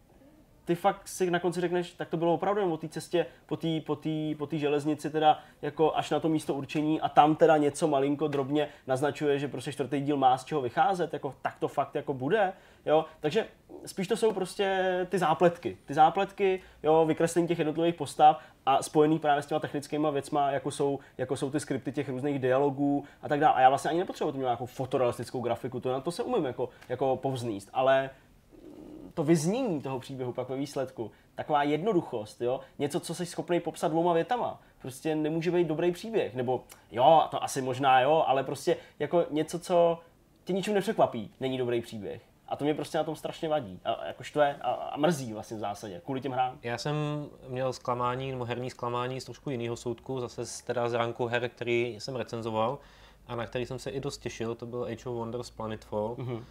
ty fakt si na konci řekneš, tak to bylo opravdu o té cestě po té železnici teda jako až na to místo určení a tam teda něco malinko drobně naznačuje, že prostě čtvrtý díl má z čeho vycházet, jako tak to fakt jako bude, jo, takže spíš to jsou prostě ty zápletky, jo, vykreslení těch jednotlivých postav a spojený právě s těma technickýma věcma, jako jsou ty skripty těch různých dialogů a tak dále. A já vlastně ani nepotřebuji tomu nějakou fotorealistickou grafiku, to na to se umím jako povznést, ale to vyznění toho příběhu pak ve výsledku, taková jednoduchost, jo, něco, co jsi schopný popsat 2 větama, prostě nemůže být dobrý příběh, nebo jo, to asi možná jo, ale prostě jako něco, co tě ničím nepřekvapí, není dobrý příběh. A to mě prostě na tom strašně vadí a jako štve a mrzí vlastně v zásadě, kvůli těm hrám. Já jsem měl zklamání, nebo herní zklamání z trošku jiného soudku, zase teda z ranku her, který jsem recenzoval a na který jsem se i dost těšil, to byl Age of Wonders Planetfall. Mm-hmm.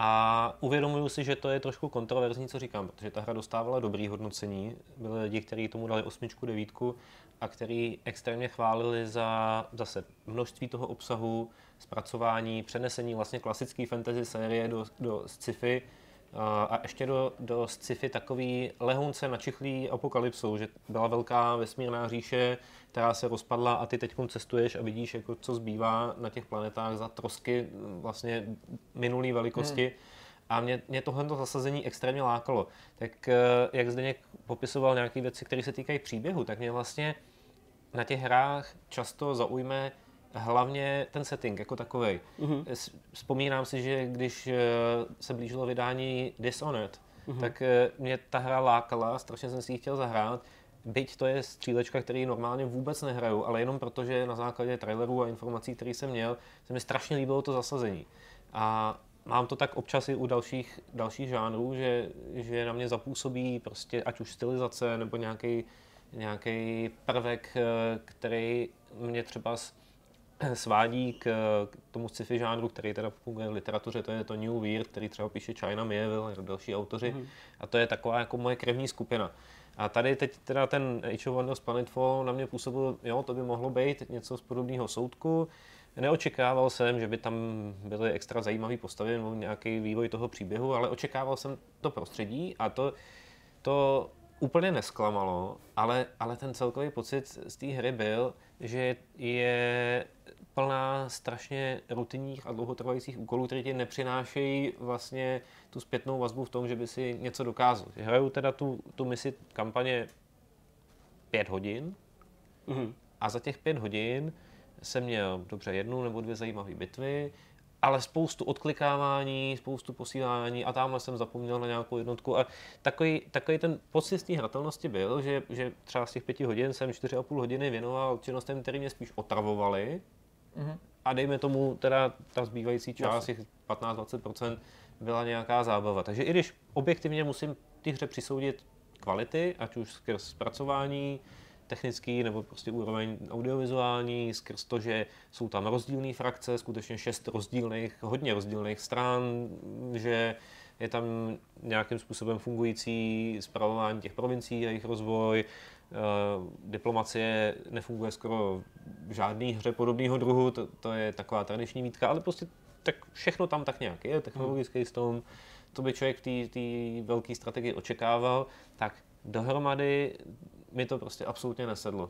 A uvědomuju si, že to je trošku kontroverzní, co říkám, protože ta hra dostávala dobrý hodnocení. Byli lidi, kteří tomu dali 8, 9 a kteří extrémně chválili za zase množství toho obsahu, zpracování, přenesení vlastně klasické fantasy série do sci-fi a ještě do sci-fi takový lehonce načichlý apokalypsou, že byla velká vesmírná říše, která se rozpadla a ty teďkom cestuješ a vidíš, jako co zbývá na těch planetách za trosky vlastně minulý velikosti. A mě tohle zasazení extrémně lákalo. Tak jak Zdeněk popisoval nějaké věci, které se týkají příběhu, tak mě vlastně na těch hrách často zaujme hlavně ten setting jako takovej. Mm-hmm. Vzpomínám si, že když se blížilo vydání Dishonored, tak mě ta hra lákala, strašně jsem si ji chtěl zahrát. Byť to je střílečka, který normálně vůbec nehraju, ale jenom protože na základě trailerů a informací, které jsem měl, se mi strašně líbilo to zasazení. A mám to tak občas i u dalších žánrů, že na mě zapůsobí prostě ať už stylizace nebo nějaký prvek, který mě třeba svádí k tomu sci-fi žánru, který teda funguje v literatuře, to je to New Weird, který třeba píše China Miéville a další autoři. A to je taková jako moje krevní skupina. A tady teď teda ten Age of Wonders Planetfall na mě působil, jo, to by mohlo být něco z podobného soudku. Neočekával jsem, že by tam byly extra zajímavé postavy nebo nějaký vývoj toho příběhu, ale očekával jsem to prostředí a to úplně nesklamalo, ale ten celkový pocit z té hry byl, že je plná strašně rutinních a dlouhotrvajících úkolů, které ti nepřinášejí vlastně tu zpětnou vazbu v tom, že by si něco dokázal. Hraju teda tu misi kampaně 5 hodin a za těch 5 hodin jsem měl dobře 1 nebo 2 zajímavé bitvy, ale spoustu odklikávání, spoustu posílání a tamhle jsem zapomněl na nějakou jednotku a takový ten pocit z té hratelnosti byl, že třeba z těch 5 hodin jsem 4,5 hodiny věnoval činnostem, které mě spíš otravovaly a dejme tomu teda ta zbývající část, těch 15-20% byla nějaká zábava. Takže i když objektivně musím té hře přisoudit kvality, ať už skrz zpracování, technický nebo prostě úroveň audiovizuální, skrz to, že jsou tam rozdílné frakce, skutečně 6 hodně rozdílných stran, že je tam nějakým způsobem fungující spravování těch provincií a jejich rozvoj, diplomacie nefunguje skoro v žádný hře podobného druhu, to je taková tradiční výtka, ale prostě tak všechno tam tak nějak je, technologický tom, to by člověk v té velké strategii očekával, tak dohromady mi to prostě absolutně nesedlo.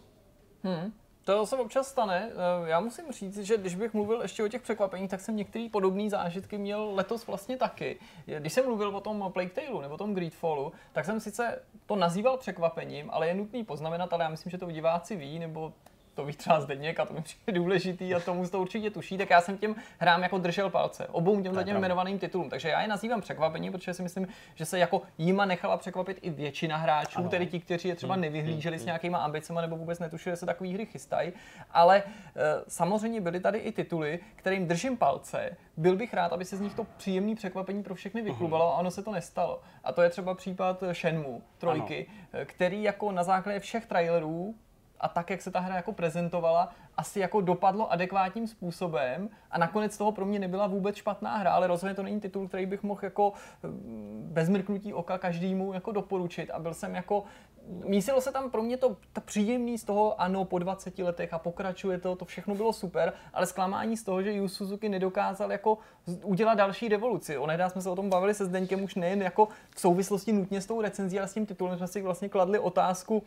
To se občas stane. Já musím říct, že když bych mluvil ještě o těch překvapeních, tak jsem některé podobné zážitky měl letos vlastně taky. Když jsem mluvil o tom Plague Tale nebo tom Greedfallu, tak jsem sice to nazýval překvapením, ale je nutný poznamenat, ale já myslím, že to diváci ví, nebo to ví třeba Zdeněk a to mi přijde důležitý a tomu to určitě tuší, tak já jsem těm hrám jako držel palce, obou těm jmenovaným titulům. Takže já je nazývám překvapení, protože si myslím, že se jako jima nechala překvapit i většina hráčů, tedy ti, kteří je třeba nevyhlíželi s nějakýma ambicema nebo vůbec netušili, že se takový hry chystají. Ale samozřejmě byly tady i tituly, kterým držím palce. Byl bych rád, aby se z nich to příjemné překvapení pro všechny vyklubalo a ono se to nestalo. A to je třeba případ Shenmue 3, který jako na základě všech trailerů a tak, jak se ta hra jako prezentovala, asi jako dopadlo adekvátním způsobem a nakonec toho pro mě nebyla vůbec špatná hra, ale rozhodně to není titul, který bych mohl jako bez mrknutí oka každému jako doporučit a byl jsem jako mísilo se tam pro mě to příjemný z toho, ano, po 20 letech a pokračuje to všechno bylo super, ale zklamání z toho, že Yu Suzuki nedokázal jako udělat další revoluci. Onehdy jsme se o tom bavili se Zdeňkem už nejen jako v souvislosti nutně s tou recenzí, ale s tím titulem jsme si vlastně kladli otázku,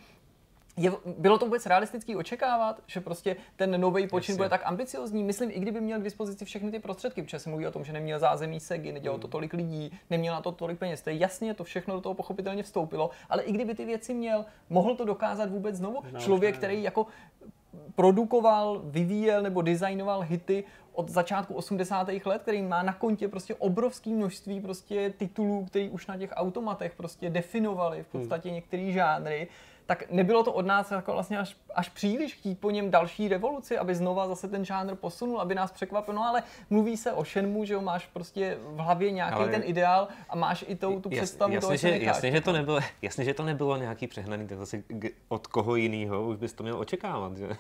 bylo to vůbec realistický očekávat, že prostě ten nový počin bude tak ambiciozní? Myslím, i kdyby měl k dispozici všechny ty prostředky, protože se mluví o tom, že neměl zázemí Segi, nedělalo to tolik lidí, neměl na to tolik peněz. To je jasně, to všechno do toho pochopitelně vstoupilo, ale i kdyby ty věci měl, mohl to dokázat vůbec znovu? Člověk, který jako produkoval, vyvíjel nebo designoval hity od začátku 80. let, který má na kontě prostě obrovské množství prostě titulů, který už na těch automatech prostě definovali v podstatě některé žánry. Tak nebylo to od nás jako vlastně až příliš chtít po něm další revoluci, aby znova zase ten žánr posunul, aby nás překvapil. No ale mluví se o Shenmue, že jo, máš prostě v hlavě nějaký ten ideál a máš i tu představu toho, Jasně, že to nebylo nějaký přehnaný, tak zase od koho jinýho už bys to měl očekávat, že?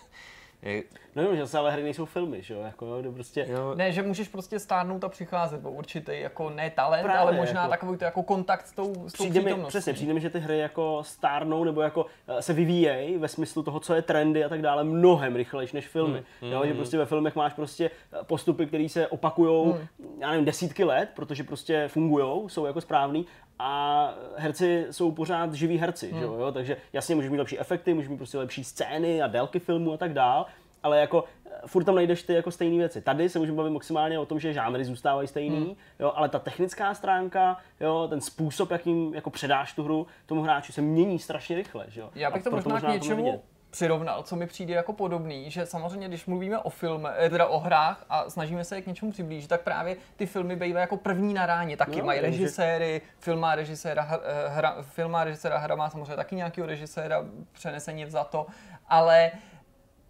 No, že ale hry nejsou filmy, že jo, jako prostě... Ne, že můžeš prostě stárnout a přicházet, bo určitý jako ne talent, právě, ale možná jako, takový to jako kontakt s tou přítomností. Přesně, přijde mi, že ty hry jako stárnou nebo jako se vyvíjejí ve smyslu toho, co je trendy a tak dále, mnohem rychlejš než filmy. Jo, že prostě ve filmech máš prostě postupy, které se opakujou, já nevím, desítky let, protože prostě fungujou, jsou jako správný. A herci jsou pořád živí herci, že jo? Takže jasně můžeš mít lepší efekty, můžeš mít prostě lepší scény a délky filmu a tak dál, ale jako furt tam najdeš ty jako stejné věci. Tady se můžeme bavit maximálně o tom, že žánry zůstávají stejný, jo, ale ta technická stránka, jo, ten způsob, jakým jako předáš tu hru tomu hráči, se mění strašně rychle, že jo. Já bych to možná k něčemu přirovnal, co mi přijde jako podobný, že samozřejmě, když mluvíme o teda o hrách a snažíme se je k něčemu přiblížit, tak právě ty filmy bývají jako první na ráně, taky mají režiséry, film má režiséra, hra má samozřejmě taky nějakého režiséra, přeneseně vzato, ale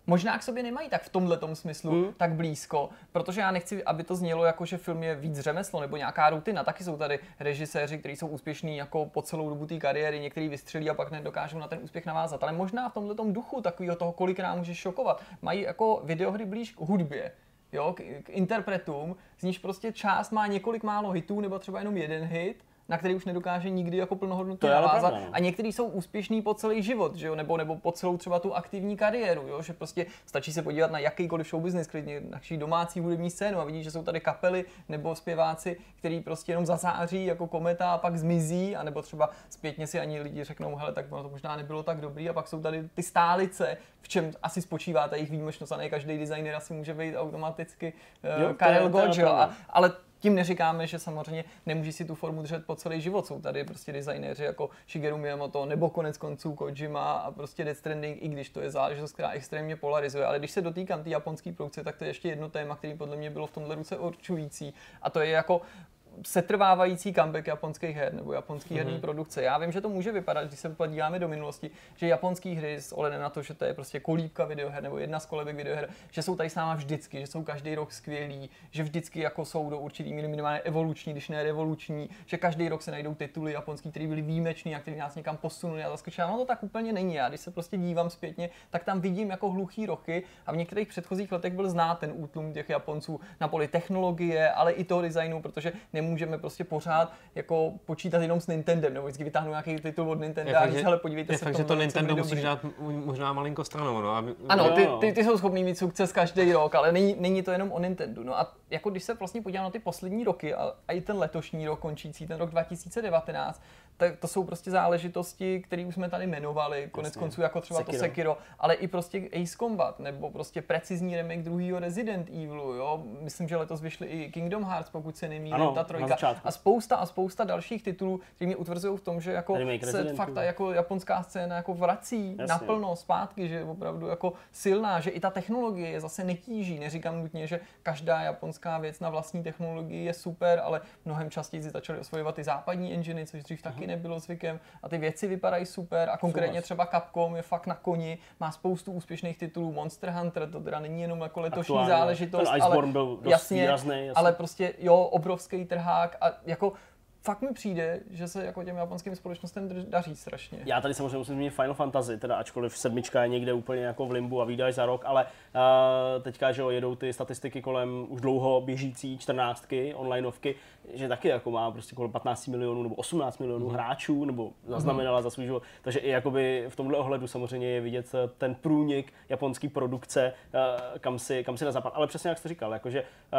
možná k sobě nemají tak v tomhletom smyslu tak blízko, protože já nechci, aby to znělo jako, že film je víc řemeslo nebo nějaká rutina. Taky jsou tady režiséři, kteří jsou úspěšní jako po celou dobu té kariéry, někteří vystřelí a pak nedokážou na ten úspěch navázat. Ale možná v tomhletom duchu takového toho, kolikrát může šokovat, mají jako videohry blíž k hudbě. Jo, k interpretům, z níž prostě část má několik málo hitů nebo třeba jenom jeden hit, na který už nedokáže nikdy jako plnohodnotně navázat. A někteří jsou úspěšní po celý život, že jo? Nebo po celou třeba tu aktivní kariéru, jo? Že prostě stačí se podívat na jakýkoliv show business, klidně naší domácí hudební scénu a vidíš, že jsou tady kapely nebo zpěváci, který prostě jenom zazáří jako kometa a pak zmizí, anebo třeba zpětně si ani lidi řeknou, hele, tak to možná nebylo tak dobrý, a pak jsou tady ty stálice, v čem asi spočívá ta jejich výjimečnost, a ne každý designer asi může být automaticky Karel Gott, jo? Ale tím neříkáme, že samozřejmě nemůže si tu formu držet po celý život. Jsou tady prostě designéři jako Shigeru Miyamoto nebo konec konců Kojima a prostě Death Stranding, i když to je záležitost, která extrémně polarizuje. Ale když se dotýkám té japonské produkce, tak to je ještě jedno téma, který podle mě bylo v tomhle ruce určující. A to je jako setrvávající comeback japonských her nebo japonský herní produkce. Já vím, že to může vypadat, když se podíváme do minulosti, že japonský hry s ohledem na to, že to je prostě kolíbka videoher nebo jedna z kolebek videoher, že jsou tady s náma vždycky, že jsou každý rok skvělí, že vždycky jako jsou do určitý míry minimálně evoluční, když ne revoluční, že každý rok se najdou tituly japonský, které byly výjimeční a které nás někam posunuli a zaskočili. No to tak úplně není. Já když se prostě dívám zpětně, tak tam vidím jako hluchý roky a v některých předchozích letech byl znát ten útlum těch Japonců na poli technologie, ale i toho designu, protože nemůžeme prostě pořád jako počítat jenom s Nintendem, nebo vždycky vytáhnu nějaký titul od Nintendo a říct, hele, podívejte se, fakt, že to Nintendo musíš dát možná malinko stranou, no. Ano, ty jsou schopný mít sukces každý rok, ale není to jenom o Nintendo. No a jako když se vlastně podívám na ty poslední roky a i ten letošní rok končící, ten rok 2019, tak to jsou prostě záležitosti, které už jsme tady jmenovali, konec konců jako třeba Sekiro. To Sekiro, ale i prostě Ace Combat, nebo prostě precizní remake druhého Resident Evilu, jo. Myslím, že letos vyšly i Kingdom Hearts, pokud se nemýlím, ta trojka. A spousta dalších titulů, které mě utvrzují v tom, že jako se fakt ta jako japonská scéna jako vrací naplno zpátky, že je opravdu jako silná, že i ta technologie je zase netíží. Neříkám nutně, že každá japonská věc na vlastní technologii je super, ale mnohem častěji si začaly osvojovat ty západní enginy, což dřív taky nebylo zvykem, a ty věci vypadají super a konkrétně třeba Capcom je fakt na koni, má spoustu úspěšných titulů, Monster Hunter, to teda není jenom jako letošní záležitost, ale byl jasně, výrazný, ale prostě jo, obrovský trhák a jako fakt mi přijde, že se jako těm japonským společnostem daří strašně. Já tady samozřejmě musím zmínit Final Fantasy, teda ačkoliv 7 je někde úplně jako v limbu a výdaj za rok, ale teďka, že jo, jedou ty statistiky kolem už dlouho běžící 14 onlineovky, že taky jako má prostě kolem 15 milionů nebo 18 milionů hráčů, nebo zaznamenala za svůj život. Takže i jakoby v tomhle ohledu samozřejmě je vidět ten průnik japonské produkce, kam si na západ. Ale přesně jak jste říkal, jakože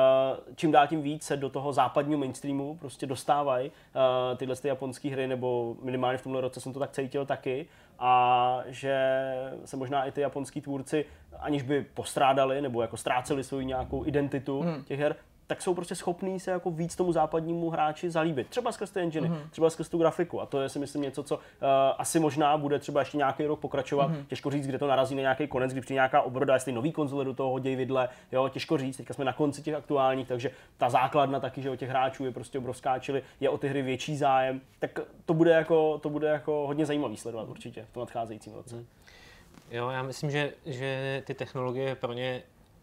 čím dál tím víc se do toho západního mainstreamu prostě dostávají tyhle japonské hry, nebo minimálně v tomhle roce jsem to tak cítil taky, a že se možná i ty japonský tvůrci, aniž by postrádali nebo jako ztráceli svou nějakou identitu těch her, tak jsou prostě schopní se jako víc tomu západnímu hráči zalíbit. Třeba skrz ty enginy, třeba skrz tu grafiku. A to je si myslím něco, co asi možná bude třeba ještě nějaký rok pokračovat. Těžko říct, kde to narazí na nějaký konec, kdy přijde nějaká obroda, jestli nový konzole do toho hodí vidle. Jo, těžko říct. Teďka jsme na konci těch aktuálních, takže ta základna taky, že o těch hráčů je prostě obrovská, čili je o ty hry větší zájem. Tak to bude jako hodně zajímavý sledovat určitě v tom nadcházejícím roce. Jo, já myslím, že ty technologie pro ně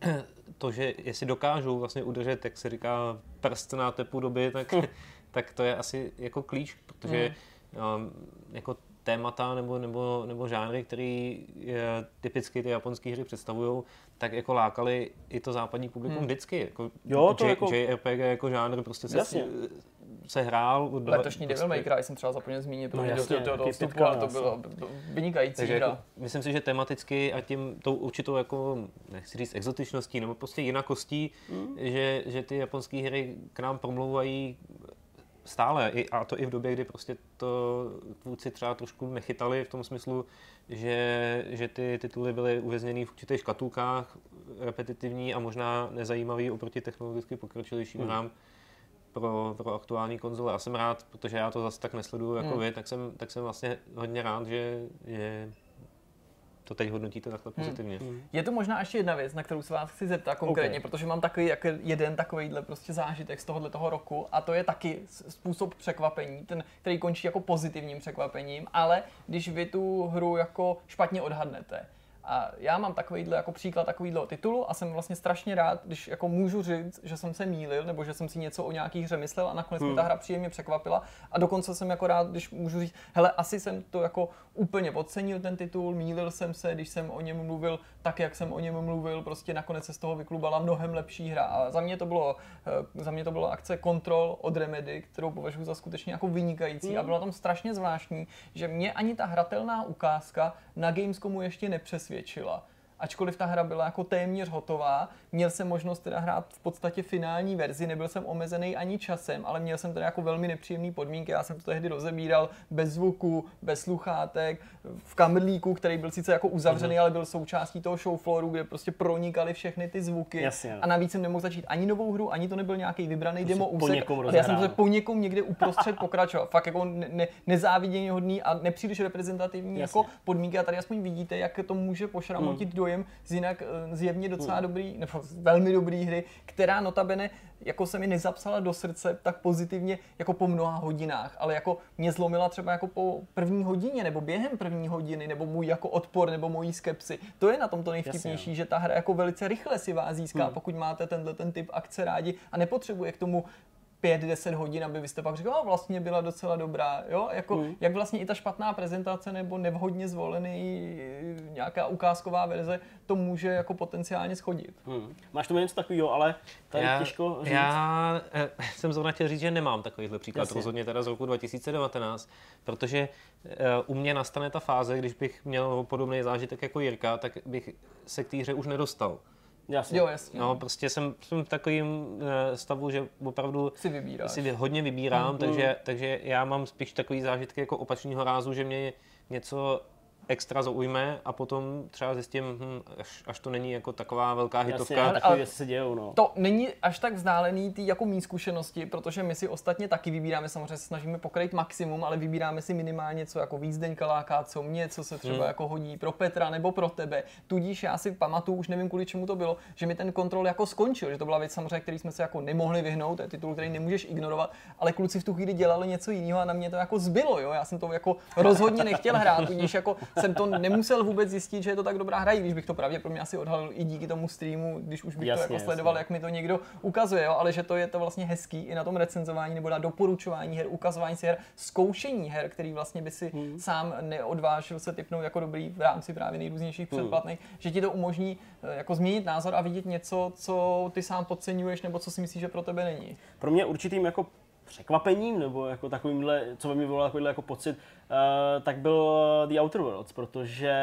to, že jestli dokážou vlastně udržet, jak se říká, prst na tepu doby, tak to je asi jako klíč, protože jako témata nebo žánry, který typicky ty japonské hry představují, tak jako lákali i to západní publikum vždycky. Jako, jo, to JRPG jako žánr prostě se hrál. Letošní Devil May Cry jsem třeba zapomněl zmínit, protože do vstupu, a to bylo vynikající hra. Jako, myslím si, že tematicky a tou určitou jako, nechci říct exotičností, nebo prostě jinakostí, že ty japonské hry k nám promlouvají stále, a to i v době, kdy prostě to tvůrci třeba trošku nechytali v tom smyslu, že ty tituly byly uvězněny v určitých škatulkách, repetitivní a možná nezajímavý oproti technologicky pokročilejším hrám pro aktuální konzole. A jsem rád, protože já to zase tak nesleduju jako vy, tak jsem vlastně hodně rád, že to teď hodnotíte takhle pozitivně. Je to možná ještě jedna věc, na kterou se vás chci zeptat konkrétně, protože mám takový jeden takovýhle prostě zážitek z tohoto roku, a to je taky způsob překvapení, ten, který končí jako pozitivním překvapením, ale když vy tu hru jako špatně odhadnete. A já mám takovýhle jako příklad takovýhle titulu a jsem vlastně strašně rád, když jako můžu říct, že jsem se mýlil, nebo že jsem si něco o nějaký hře myslel a nakonec mi ta hra příjemně překvapila. A dokonce jsem jako rád, když můžu říct, hele, asi jsem to jako úplně podcenil ten titul, mýlil jsem se, když jsem o něm mluvil tak, jak jsem o něm mluvil, prostě nakonec se z toho vyklubala mnohem lepší hra. A za mě to bylo akce Control od Remedy, kterou považuji za skutečně jako vynikající a bylo tam strašně zvláštní, že mě ani ta hratelná ukázka na Gamescomu ještě nepřesvědčila. Ačkoliv ta hra byla jako téměř hotová, měl jsem možnost teda hrát v podstatě finální verzi, nebyl jsem omezený ani časem, ale měl jsem teda jako velmi nepříjemné podmínky, já jsem to tehdy rozebíral bez zvuku, bez sluchátek, v kamrlíku, který byl sice jako uzavřený, ale byl součástí toho show flooru, kde prostě pronikaly všechny ty zvuky. Jasně. A navíc jsem nemohl začít ani novou hru, ani to nebyl nějaký vybraný demo úsek, ale já jsem se po někom někde uprostřed pokračoval. Fakt jako nezávidění hodný a nepříliš reprezentativní jako podmínky a tady aspoň vidíte, jak to může pošramotit dojem z jinak zjevně docela dobrý, nebo velmi dobrý hry, která notabene jako se mi nezapsala do srdce tak pozitivně jako po mnoha hodinách, ale jako mě zlomila třeba jako po první hodině, nebo během první hodiny, nebo můj jako odpor, nebo mojí skepsi. To je na tom to nejvtipnější, že ta hra jako velice rychle si vás získá, pokud máte ten typ akce rádi a nepotřebuje k tomu 5-10 hodin, aby vy jste pak řekli, vlastně byla docela dobrá, jo, jako jak vlastně i ta špatná prezentace nebo nevhodně zvolený nějaká ukázková verze to může jako potenciálně schodit. Máš tomu něco takového, ale tady těžko říct. Já jsem zrovna chtěl říct, že nemám takovýhle příklad, rozhodně teda z roku 2019, protože u mě nastane ta fáze, když bych měl podobný zážitek jako Jirka, tak bych se k té hře už nedostal. Jasně. Jo, jasně. No, prostě jsem v takovém stavu, že opravdu si hodně vybírám, takže já mám spíš takový zážitky jako opačného rázu, že mě něco extra zaujme a potom třeba zjistím, až to není jako taková velká hitovka. Jasně, takové věci se dějou, no. To není až tak vzdálený ty jako mý zkušenosti, protože my si ostatně taky vybíráme, samozřejmě se snažíme pokrýt maximum, ale vybíráme si minimálně co jako víc Zdeňka láká, co mě, co se třeba jako hodí pro Petra nebo pro tebe. Tudíž já si pamatuju, už nevím kvůli čemu to bylo, že mi ten Control jako skončil, že to byla věc samozřejmě, který jsme se jako nemohli vyhnout, to je titul, který nemůžeš ignorovat, ale kluci v tu chvíli dělali něco jiného a na mě to jako zbylo, jo. Já jsem to jako rozhodně nechtěl hrát, tudíž jako jsem to nemusel vůbec zjistit, že je to tak dobrá hra, i když bych to pravděpodobně asi odhalil i díky tomu streamu, když už bych to jako sledoval, jak mi to někdo ukazuje, jo? Ale že to je to vlastně hezký i na tom recenzování nebo na doporučování her, ukazování si her, zkoušení her, který vlastně by si sám neodvážil se tipnout jako dobrý v rámci právě nejrůznějších předplatných, že ti to umožní jako změnit názor a vidět něco, co ty sám podceňuješ nebo co si myslíš, že pro tebe není. Pro mě určitým jako překvapením, nebo jako takovýmhle, co by mi vyvolalo takovýhle jako pocit, tak byl The Outer Worlds, protože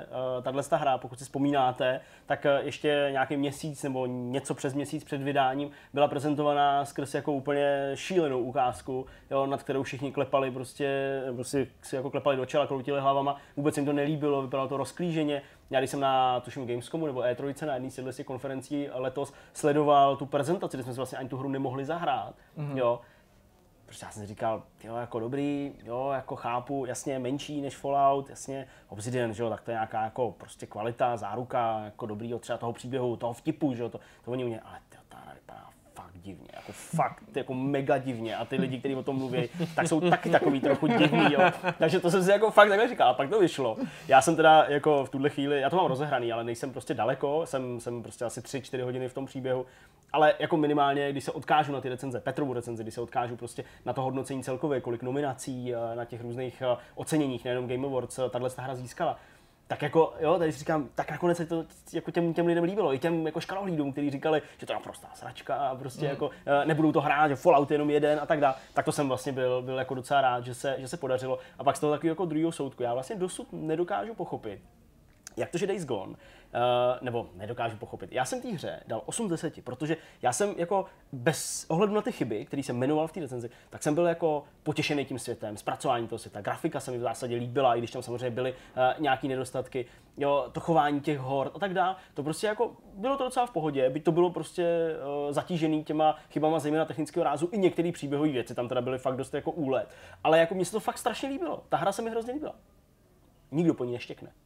tato hra, pokud si vzpomínáte, tak ještě nějaký měsíc nebo něco přes měsíc před vydáním byla prezentovaná skrz jako úplně šílenou ukázku, jo, nad kterou všichni klepali prostě si jako klepali do čela, kroutili hlavama, vůbec jim to nelíbilo, vypadalo to rozklíženě. Já když jsem na, tuším, Gamescomu nebo E3 na jedné z těch konferencí letos sledoval tu prezentaci, kde jsme si vlastně ani tu hru nemohli zahrát, jo. Protože já jsem si říkal, jo, jako dobrý, jo, jako chápu, jasně menší než Fallout, jasně Obsidian, že jo, tak to je nějaká jako prostě kvalita, záruka, jako dobrýho třeba toho příběhu, toho vtipu, že jo, to oni mě, ale ta hra vypadá fakt divně, jako fakt, jako mega divně a ty lidi, kteří o tom mluví, tak jsou taky takový trochu divný, jo, takže to jsem si jako fakt takhle říkal a pak to vyšlo. Já jsem teda jako v tuhle chvíli, já to mám rozehraný, ale nejsem prostě daleko, jsem prostě asi 3-4 hodiny v tom příběhu. Ale jako minimálně, když se odkážu na ty recenze, Petrovu recenze, když se odkážu prostě na to hodnocení celkově, kolik nominací na těch různých oceněních, nejenom Game Awards, tahle hra získala, tak jako, jo, tady si říkám, tak nakonec se to jako těm lidem líbilo, i těm jako škalohlídům, kteří říkali, že to je naprostá sračka a prostě jako nebudou to hrát, že Fallout je jenom jeden a tak dále. Tak to jsem vlastně byl jako docela rád, že se podařilo. A pak z toho takový jako druhého soudku, já vlastně dosud nedokážu pochopit, jak to, že Days Gone, nebo nedokážu pochopit. Já jsem té hře dal 8 z 10, protože já jsem jako bez ohledu na ty chyby, které jsem jmenoval v té recenzi, tak jsem byl jako potěšený tím světem, zpracováním toho světa. Grafika se mi v zásadě líbila, i když tam samozřejmě byly nějaké nedostatky, jo, to chování těch hor a tak dále. To prostě jako bylo to docela v pohodě, byť to bylo prostě zatížený těma chybama zejména technického rázu i některé příběhové věci, tam teda byly fakt dost jako úlet. Ale jako mně se to fakt strašně líbilo. Ta hra se mi hrozně líbila. Nikdo po ní neštěkne.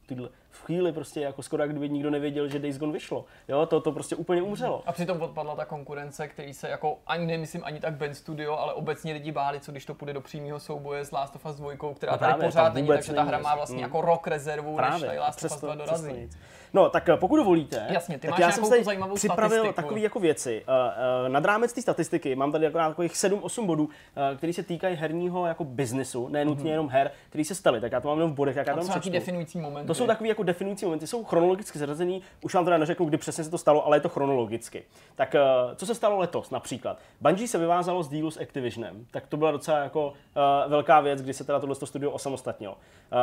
v chvíli prostě jako skoro jak kdyby nikdo nevěděl, že Days Gone vyšlo. Jo, to prostě úplně umřelo. A přitom odpadla ta konkurence, který se jako ani nemyslím ani tak Band Studio, ale obecně lidi báli, co když to půjde do přímého souboje s Last of Us 2, která No tady právě, pořád tam není, vůbec takže ta hra má není. vlastně jako rok rezervu, než tady Last of Us 2 dorazí. No, tak pokud dovolíte, Jasně, ty tak máš já jsem nějakou si zajímavou připravil statistiku. takové jako věci. Nad rámec té statistiky mám tady akorát takových 7-8 bodů, které se týkají herního jako biznesu, ne nutně jenom her, které se staly. Tak já to mám jenom v bodech, jak já To tam jsou nějaký přečtu. definující momenty. To jsou takový jako definující momenty, jsou chronologicky zařazený, už vám teda neřeknu, kdy přesně se to stalo, ale je to chronologicky. Tak co se stalo letos například? Bungie se vyvázalo z dílu s Activisionem, tak to byla docela jako velká věc, kdy se teda tohleto studio osamostatnilo.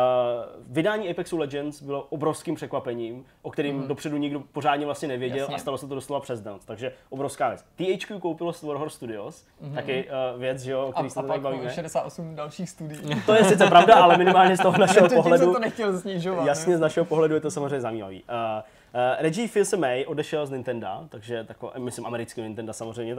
Vydání Apexu Legends bylo obrovským překvapením, o kterým dopředu nikdo pořádně vlastně nevěděl. Jasně. A stalo se to doslova přes noc, takže obrovská věc. THQ koupilo Warhorse Studios, taky věc, že jo, o který se a tady pak bavíme. 68 dalších studií. To je sice pravda, ale minimálně z toho našeho Tím jsem pohledu. to nechtěl snižovat. Jasně, z našeho pohledu je to samozřejmě zajímavý. Reggie Fils-Aimé odešel z Nintendo, takže myslím amerického Nintendo samozřejmě,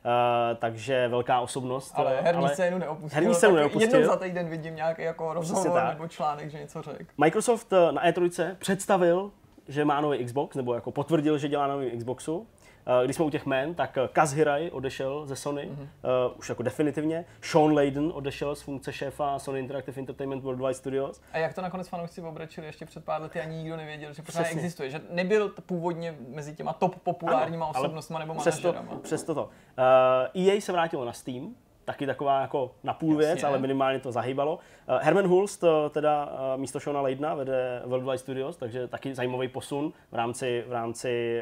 takže velká osobnost. Ale herní scénu neopustil. Herní scénu neopustil. Jednou za týden vidím nějaký jako rozhovor nebo článek, že něco řekl. Microsoft na E3 představil, že má nový Xbox, nebo jako potvrdil, že dělá nový Xboxu. Když jsme u těch jmen, tak Kaz Hirai odešel ze Sony, už jako definitivně. Sean Layden odešel z funkce šéfa Sony Interactive Entertainment Worldwide Studios. A jak to nakonec fanoušci obrečili ještě před pár lety, ani nikdo nevěděl, že pořád existuje, že nebyl původně mezi těma top populárníma osobnostma nebo manažerama. Přesto to. EA se vrátilo na Steam, taky taková jako napůl věc, ale minimálně to zahýbalo. Herman Hulst, teda místo Seana Laydena, vede Worldwide Studios, takže taky zajímavý posun v rámci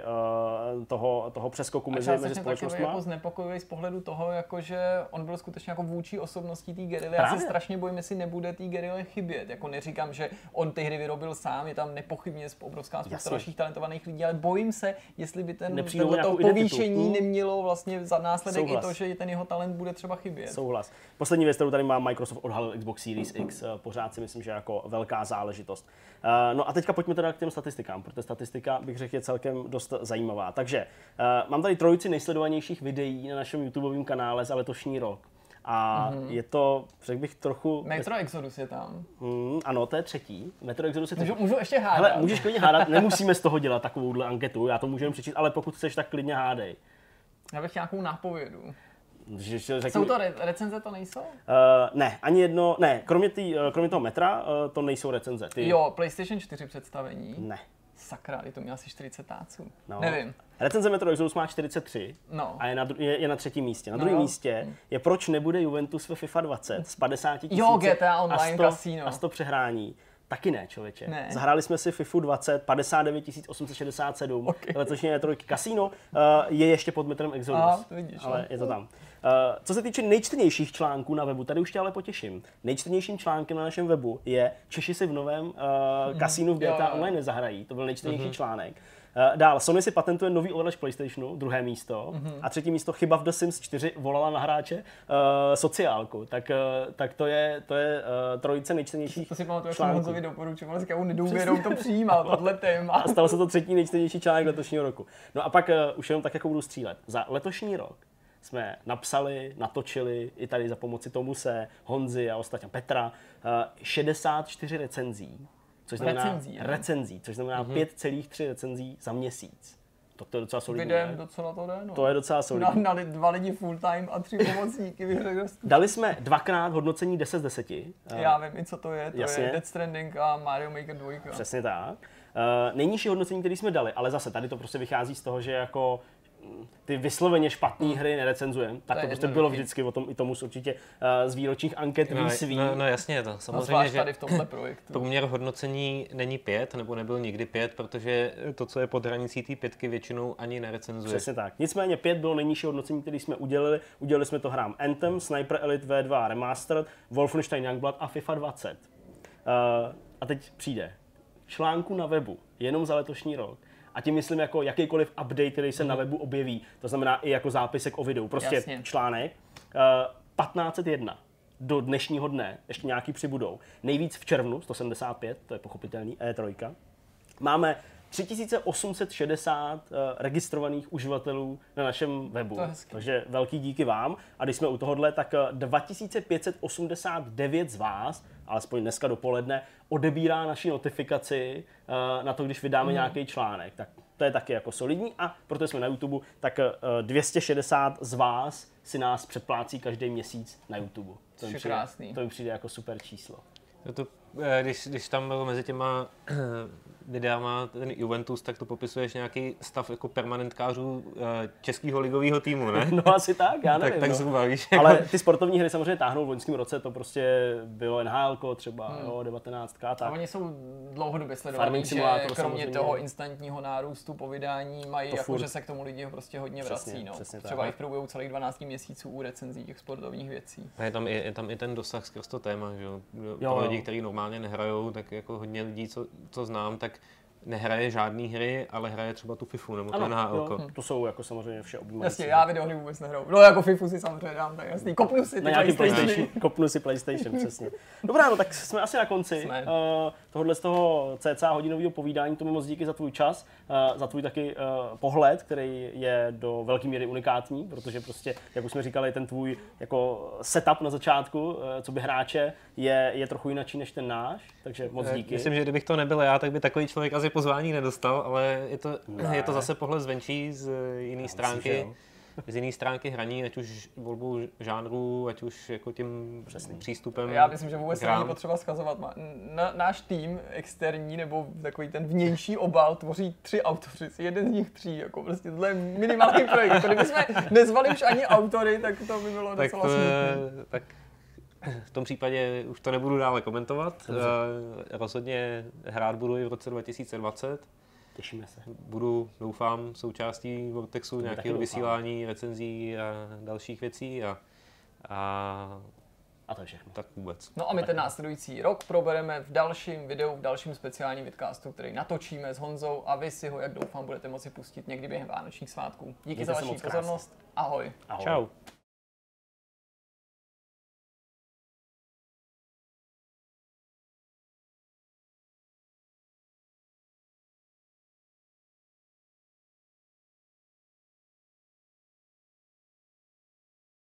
toho přeskoku mezi společnostmi. Jako znepokojivý z pohledu toho, jako že on byl skutečně jako vůči osobností té Guerrilla. Já se strašně bojím, jestli nebude té Guerrille chybět. Jako neříkám, že on ty hry vyrobil sám, je tam nepochybně obrovská spousta dalších talentovaných lidí, ale bojím se, jestli by to povýšení nemělo vlastně za následek i to, že ten jeho talent bude třeba chybět. Souhlas. Poslední věc, kterou tady má, Microsoft odhalil Xbox Series X, pořád si myslím, že jako velká záležitost. No a teďka pojďme teda k těm statistikám, protože statistika, bych řekl, je celkem dost zajímavá. Takže mám tady trojici nejsledovanějších videí na našem YouTubeovém kanále za letošní rok. A je to, řekl bych, trochu... Metro Exodus je tam. Ano, to je třetí. Metro Exodus je třetí. Můžu ještě hádat. Hele, můžeš klidně hádat, nemusíme z toho dělat takovouhle anketu, já to můžu jen přečíst, ale pokud chceš, tak klidně hádej. Já bych nějakou nápovědu. Jsou to recenze, to nejsou? Ne, ani jedno, ne, kromě toho Metra, to nejsou recenze. Jo, PlayStation 4 představení. Ne. Sakra, to měl asi 40 táců. No. Nevím. Recenze Metro Exodus má 43 a je na třetím místě. Na druhém místě je proč nebude Juventus ve FIFA 20 s 50 000 GTA Online Casino. A 100 přehrání. Taky ne, člověče. Ne. Zahráli jsme si FIFA 20, 59 867, letošní E3 Casino je ještě pod metrem Exodus, ale je to tam. Co se týče nejčtenějších článků na webu, tady už tě ale potěším. Nejčtenějším článkem na našem webu je Češi si v novém kasínu v GTA Online nezahrají, to byl nejčtenější článek. Dál, Sony si patentuje nový ovladač PlayStationu, druhé místo. A třetí místo, chyba v The Sims 4 volala na hráče sociálku. Tak to je trojice nejčtenějších článků. To si pamatuju, jak jsem Honzovi doporučoval, s jakou nedůvěrou to přijímal, tohle téma. A stalo se to třetí nejčtenější článek letošního roku. No a pak už jenom tak, jako budu střílet. Za letošní rok jsme napsali, natočili, i tady za pomoci Tomuse, Honzy a ostatně Petra, 64 recenzí. Což znamená recenzí, což znamená 5,3 recenzí za měsíc. To je docela solidní. Videem docela to jde, no. To je docela solidní. Na 2 lidi full time a 3 pomocníky. Dali jsme dvakrát hodnocení 10 z 10. Já vím i co to je. To je Death Stranding a Mario Maker 2. Přesně tak. Nejnižší hodnocení, který jsme dali, ale zase tady to prostě vychází z toho, že jako ty vysloveně špatné hry nerecenzujeme, tak to prostě bylo vždycky, o tom i tomu určitě z výročních anket výsví. No jasně, to samozřejmě, že tady v tomhle projektu. Průměr hodnocení není 5, nebo nebyl nikdy 5, protože to, co je pod hranicí té 5, většinou ani nerecenzuje. Přesně tak. Nicméně 5 bylo nejnižší hodnocení, který jsme udělali. Udělali jsme to hrám Anthem, Sniper Elite V2 Remastered, Wolfenstein Youngblood a FIFA 20. A teď přijde článku na webu, jenom za letošní rok. A tím myslím jako jakýkoliv update, který se na webu objeví. To znamená i jako zápisek o videu. Prostě článek. 1501 do dnešního dne, ještě nějaký přibudou. Nejvíc v červnu, 175, to je pochopitelný, E3. Máme 3860 registrovaných uživatelů na našem webu. Takže velký díky vám. A když jsme u tohohle, tak 2589 z vás alespoň dneska dopoledne, odebírá naši notifikaci na to, když vydáme nějaký článek. Tak to je taky jako solidní a protože jsme na YouTube, tak 260 z vás si nás předplácí každý měsíc na YouTube. To mi přijde jako super číslo. Když tam bylo mezi těma videama ten Juventus, tak to popisuješ nějaký stav jako permanentkářů českého ligového týmu, ne? No asi tak, já nevím. Tak zhruba, víš. Ale ty sportovní hry samozřejmě táhnou v loňském roce, to prostě bylo NHL třeba, 19. Tak. A oni jsou dlouhodobě sledovaní, že kromě samozřejmě toho instantního nárůstu po vydání mají, jako, že se k tomu lidi prostě hodně vrací. No. Třeba i v průběhu celých 12 měsíců u recenzí těch sportovních věcí. A je tam i ten dosah skrz to téma, že jo. Pro lidi, kteří normálně nehrajou, tak jako hodně lidí, co znám, tak nehraje žádný hry, ale hraje třeba tu FIFU nebo ten NHL. To jsou jako samozřejmě vše objímající. Jasně, já videohry vůbec nehraju. No jako FIFU si samozřejmě dám, tak jasný. Kopnu si PlayStation, přesně. Dobrá, no tak jsme asi na konci tohohle z toho cca hodinového povídání. Tomu moc díky za tvůj čas, za tvůj taky pohled, který je do velké míry unikátní, protože prostě, jak už jsme říkali, ten tvůj jako setup na začátku, co by hráče, je trochu jinačí než ten náš, takže moc díky. Myslím, že kdybych to nebyl já, tak by takový člověk asi pozvání nedostal, ale je to zase pohled zvenčí z jiné stránky. Z jiné stránky hraní, ať už volbou žánru, ať už jako tím přístupem. Já myslím, že vůbec není potřeba zkazovat. Náš tým externí nebo takový ten vnější obal tvoří 3 autoři, jeden z nich 3, jako prostě tohle je minimální projekt. Kdybychom nezvali už ani autory, tak to by bylo docela smutné. Tak v tom případě už to nebudu dále komentovat. Rozhodně hrát budu i v roce 2020. Těšíme se. Budu, doufám, součástí Vortexu nějakého vysílání, recenzí a dalších věcí a to je všechno. Tak vůbec. No a my ten následující rok probereme v dalším videu, v dalším speciálním vidcastu, který natočíme s Honzou a vy si ho, jak doufám, budete moci pustit někdy během vánočních svátků. Díky za vaši pozornost. Ahoj. Čau.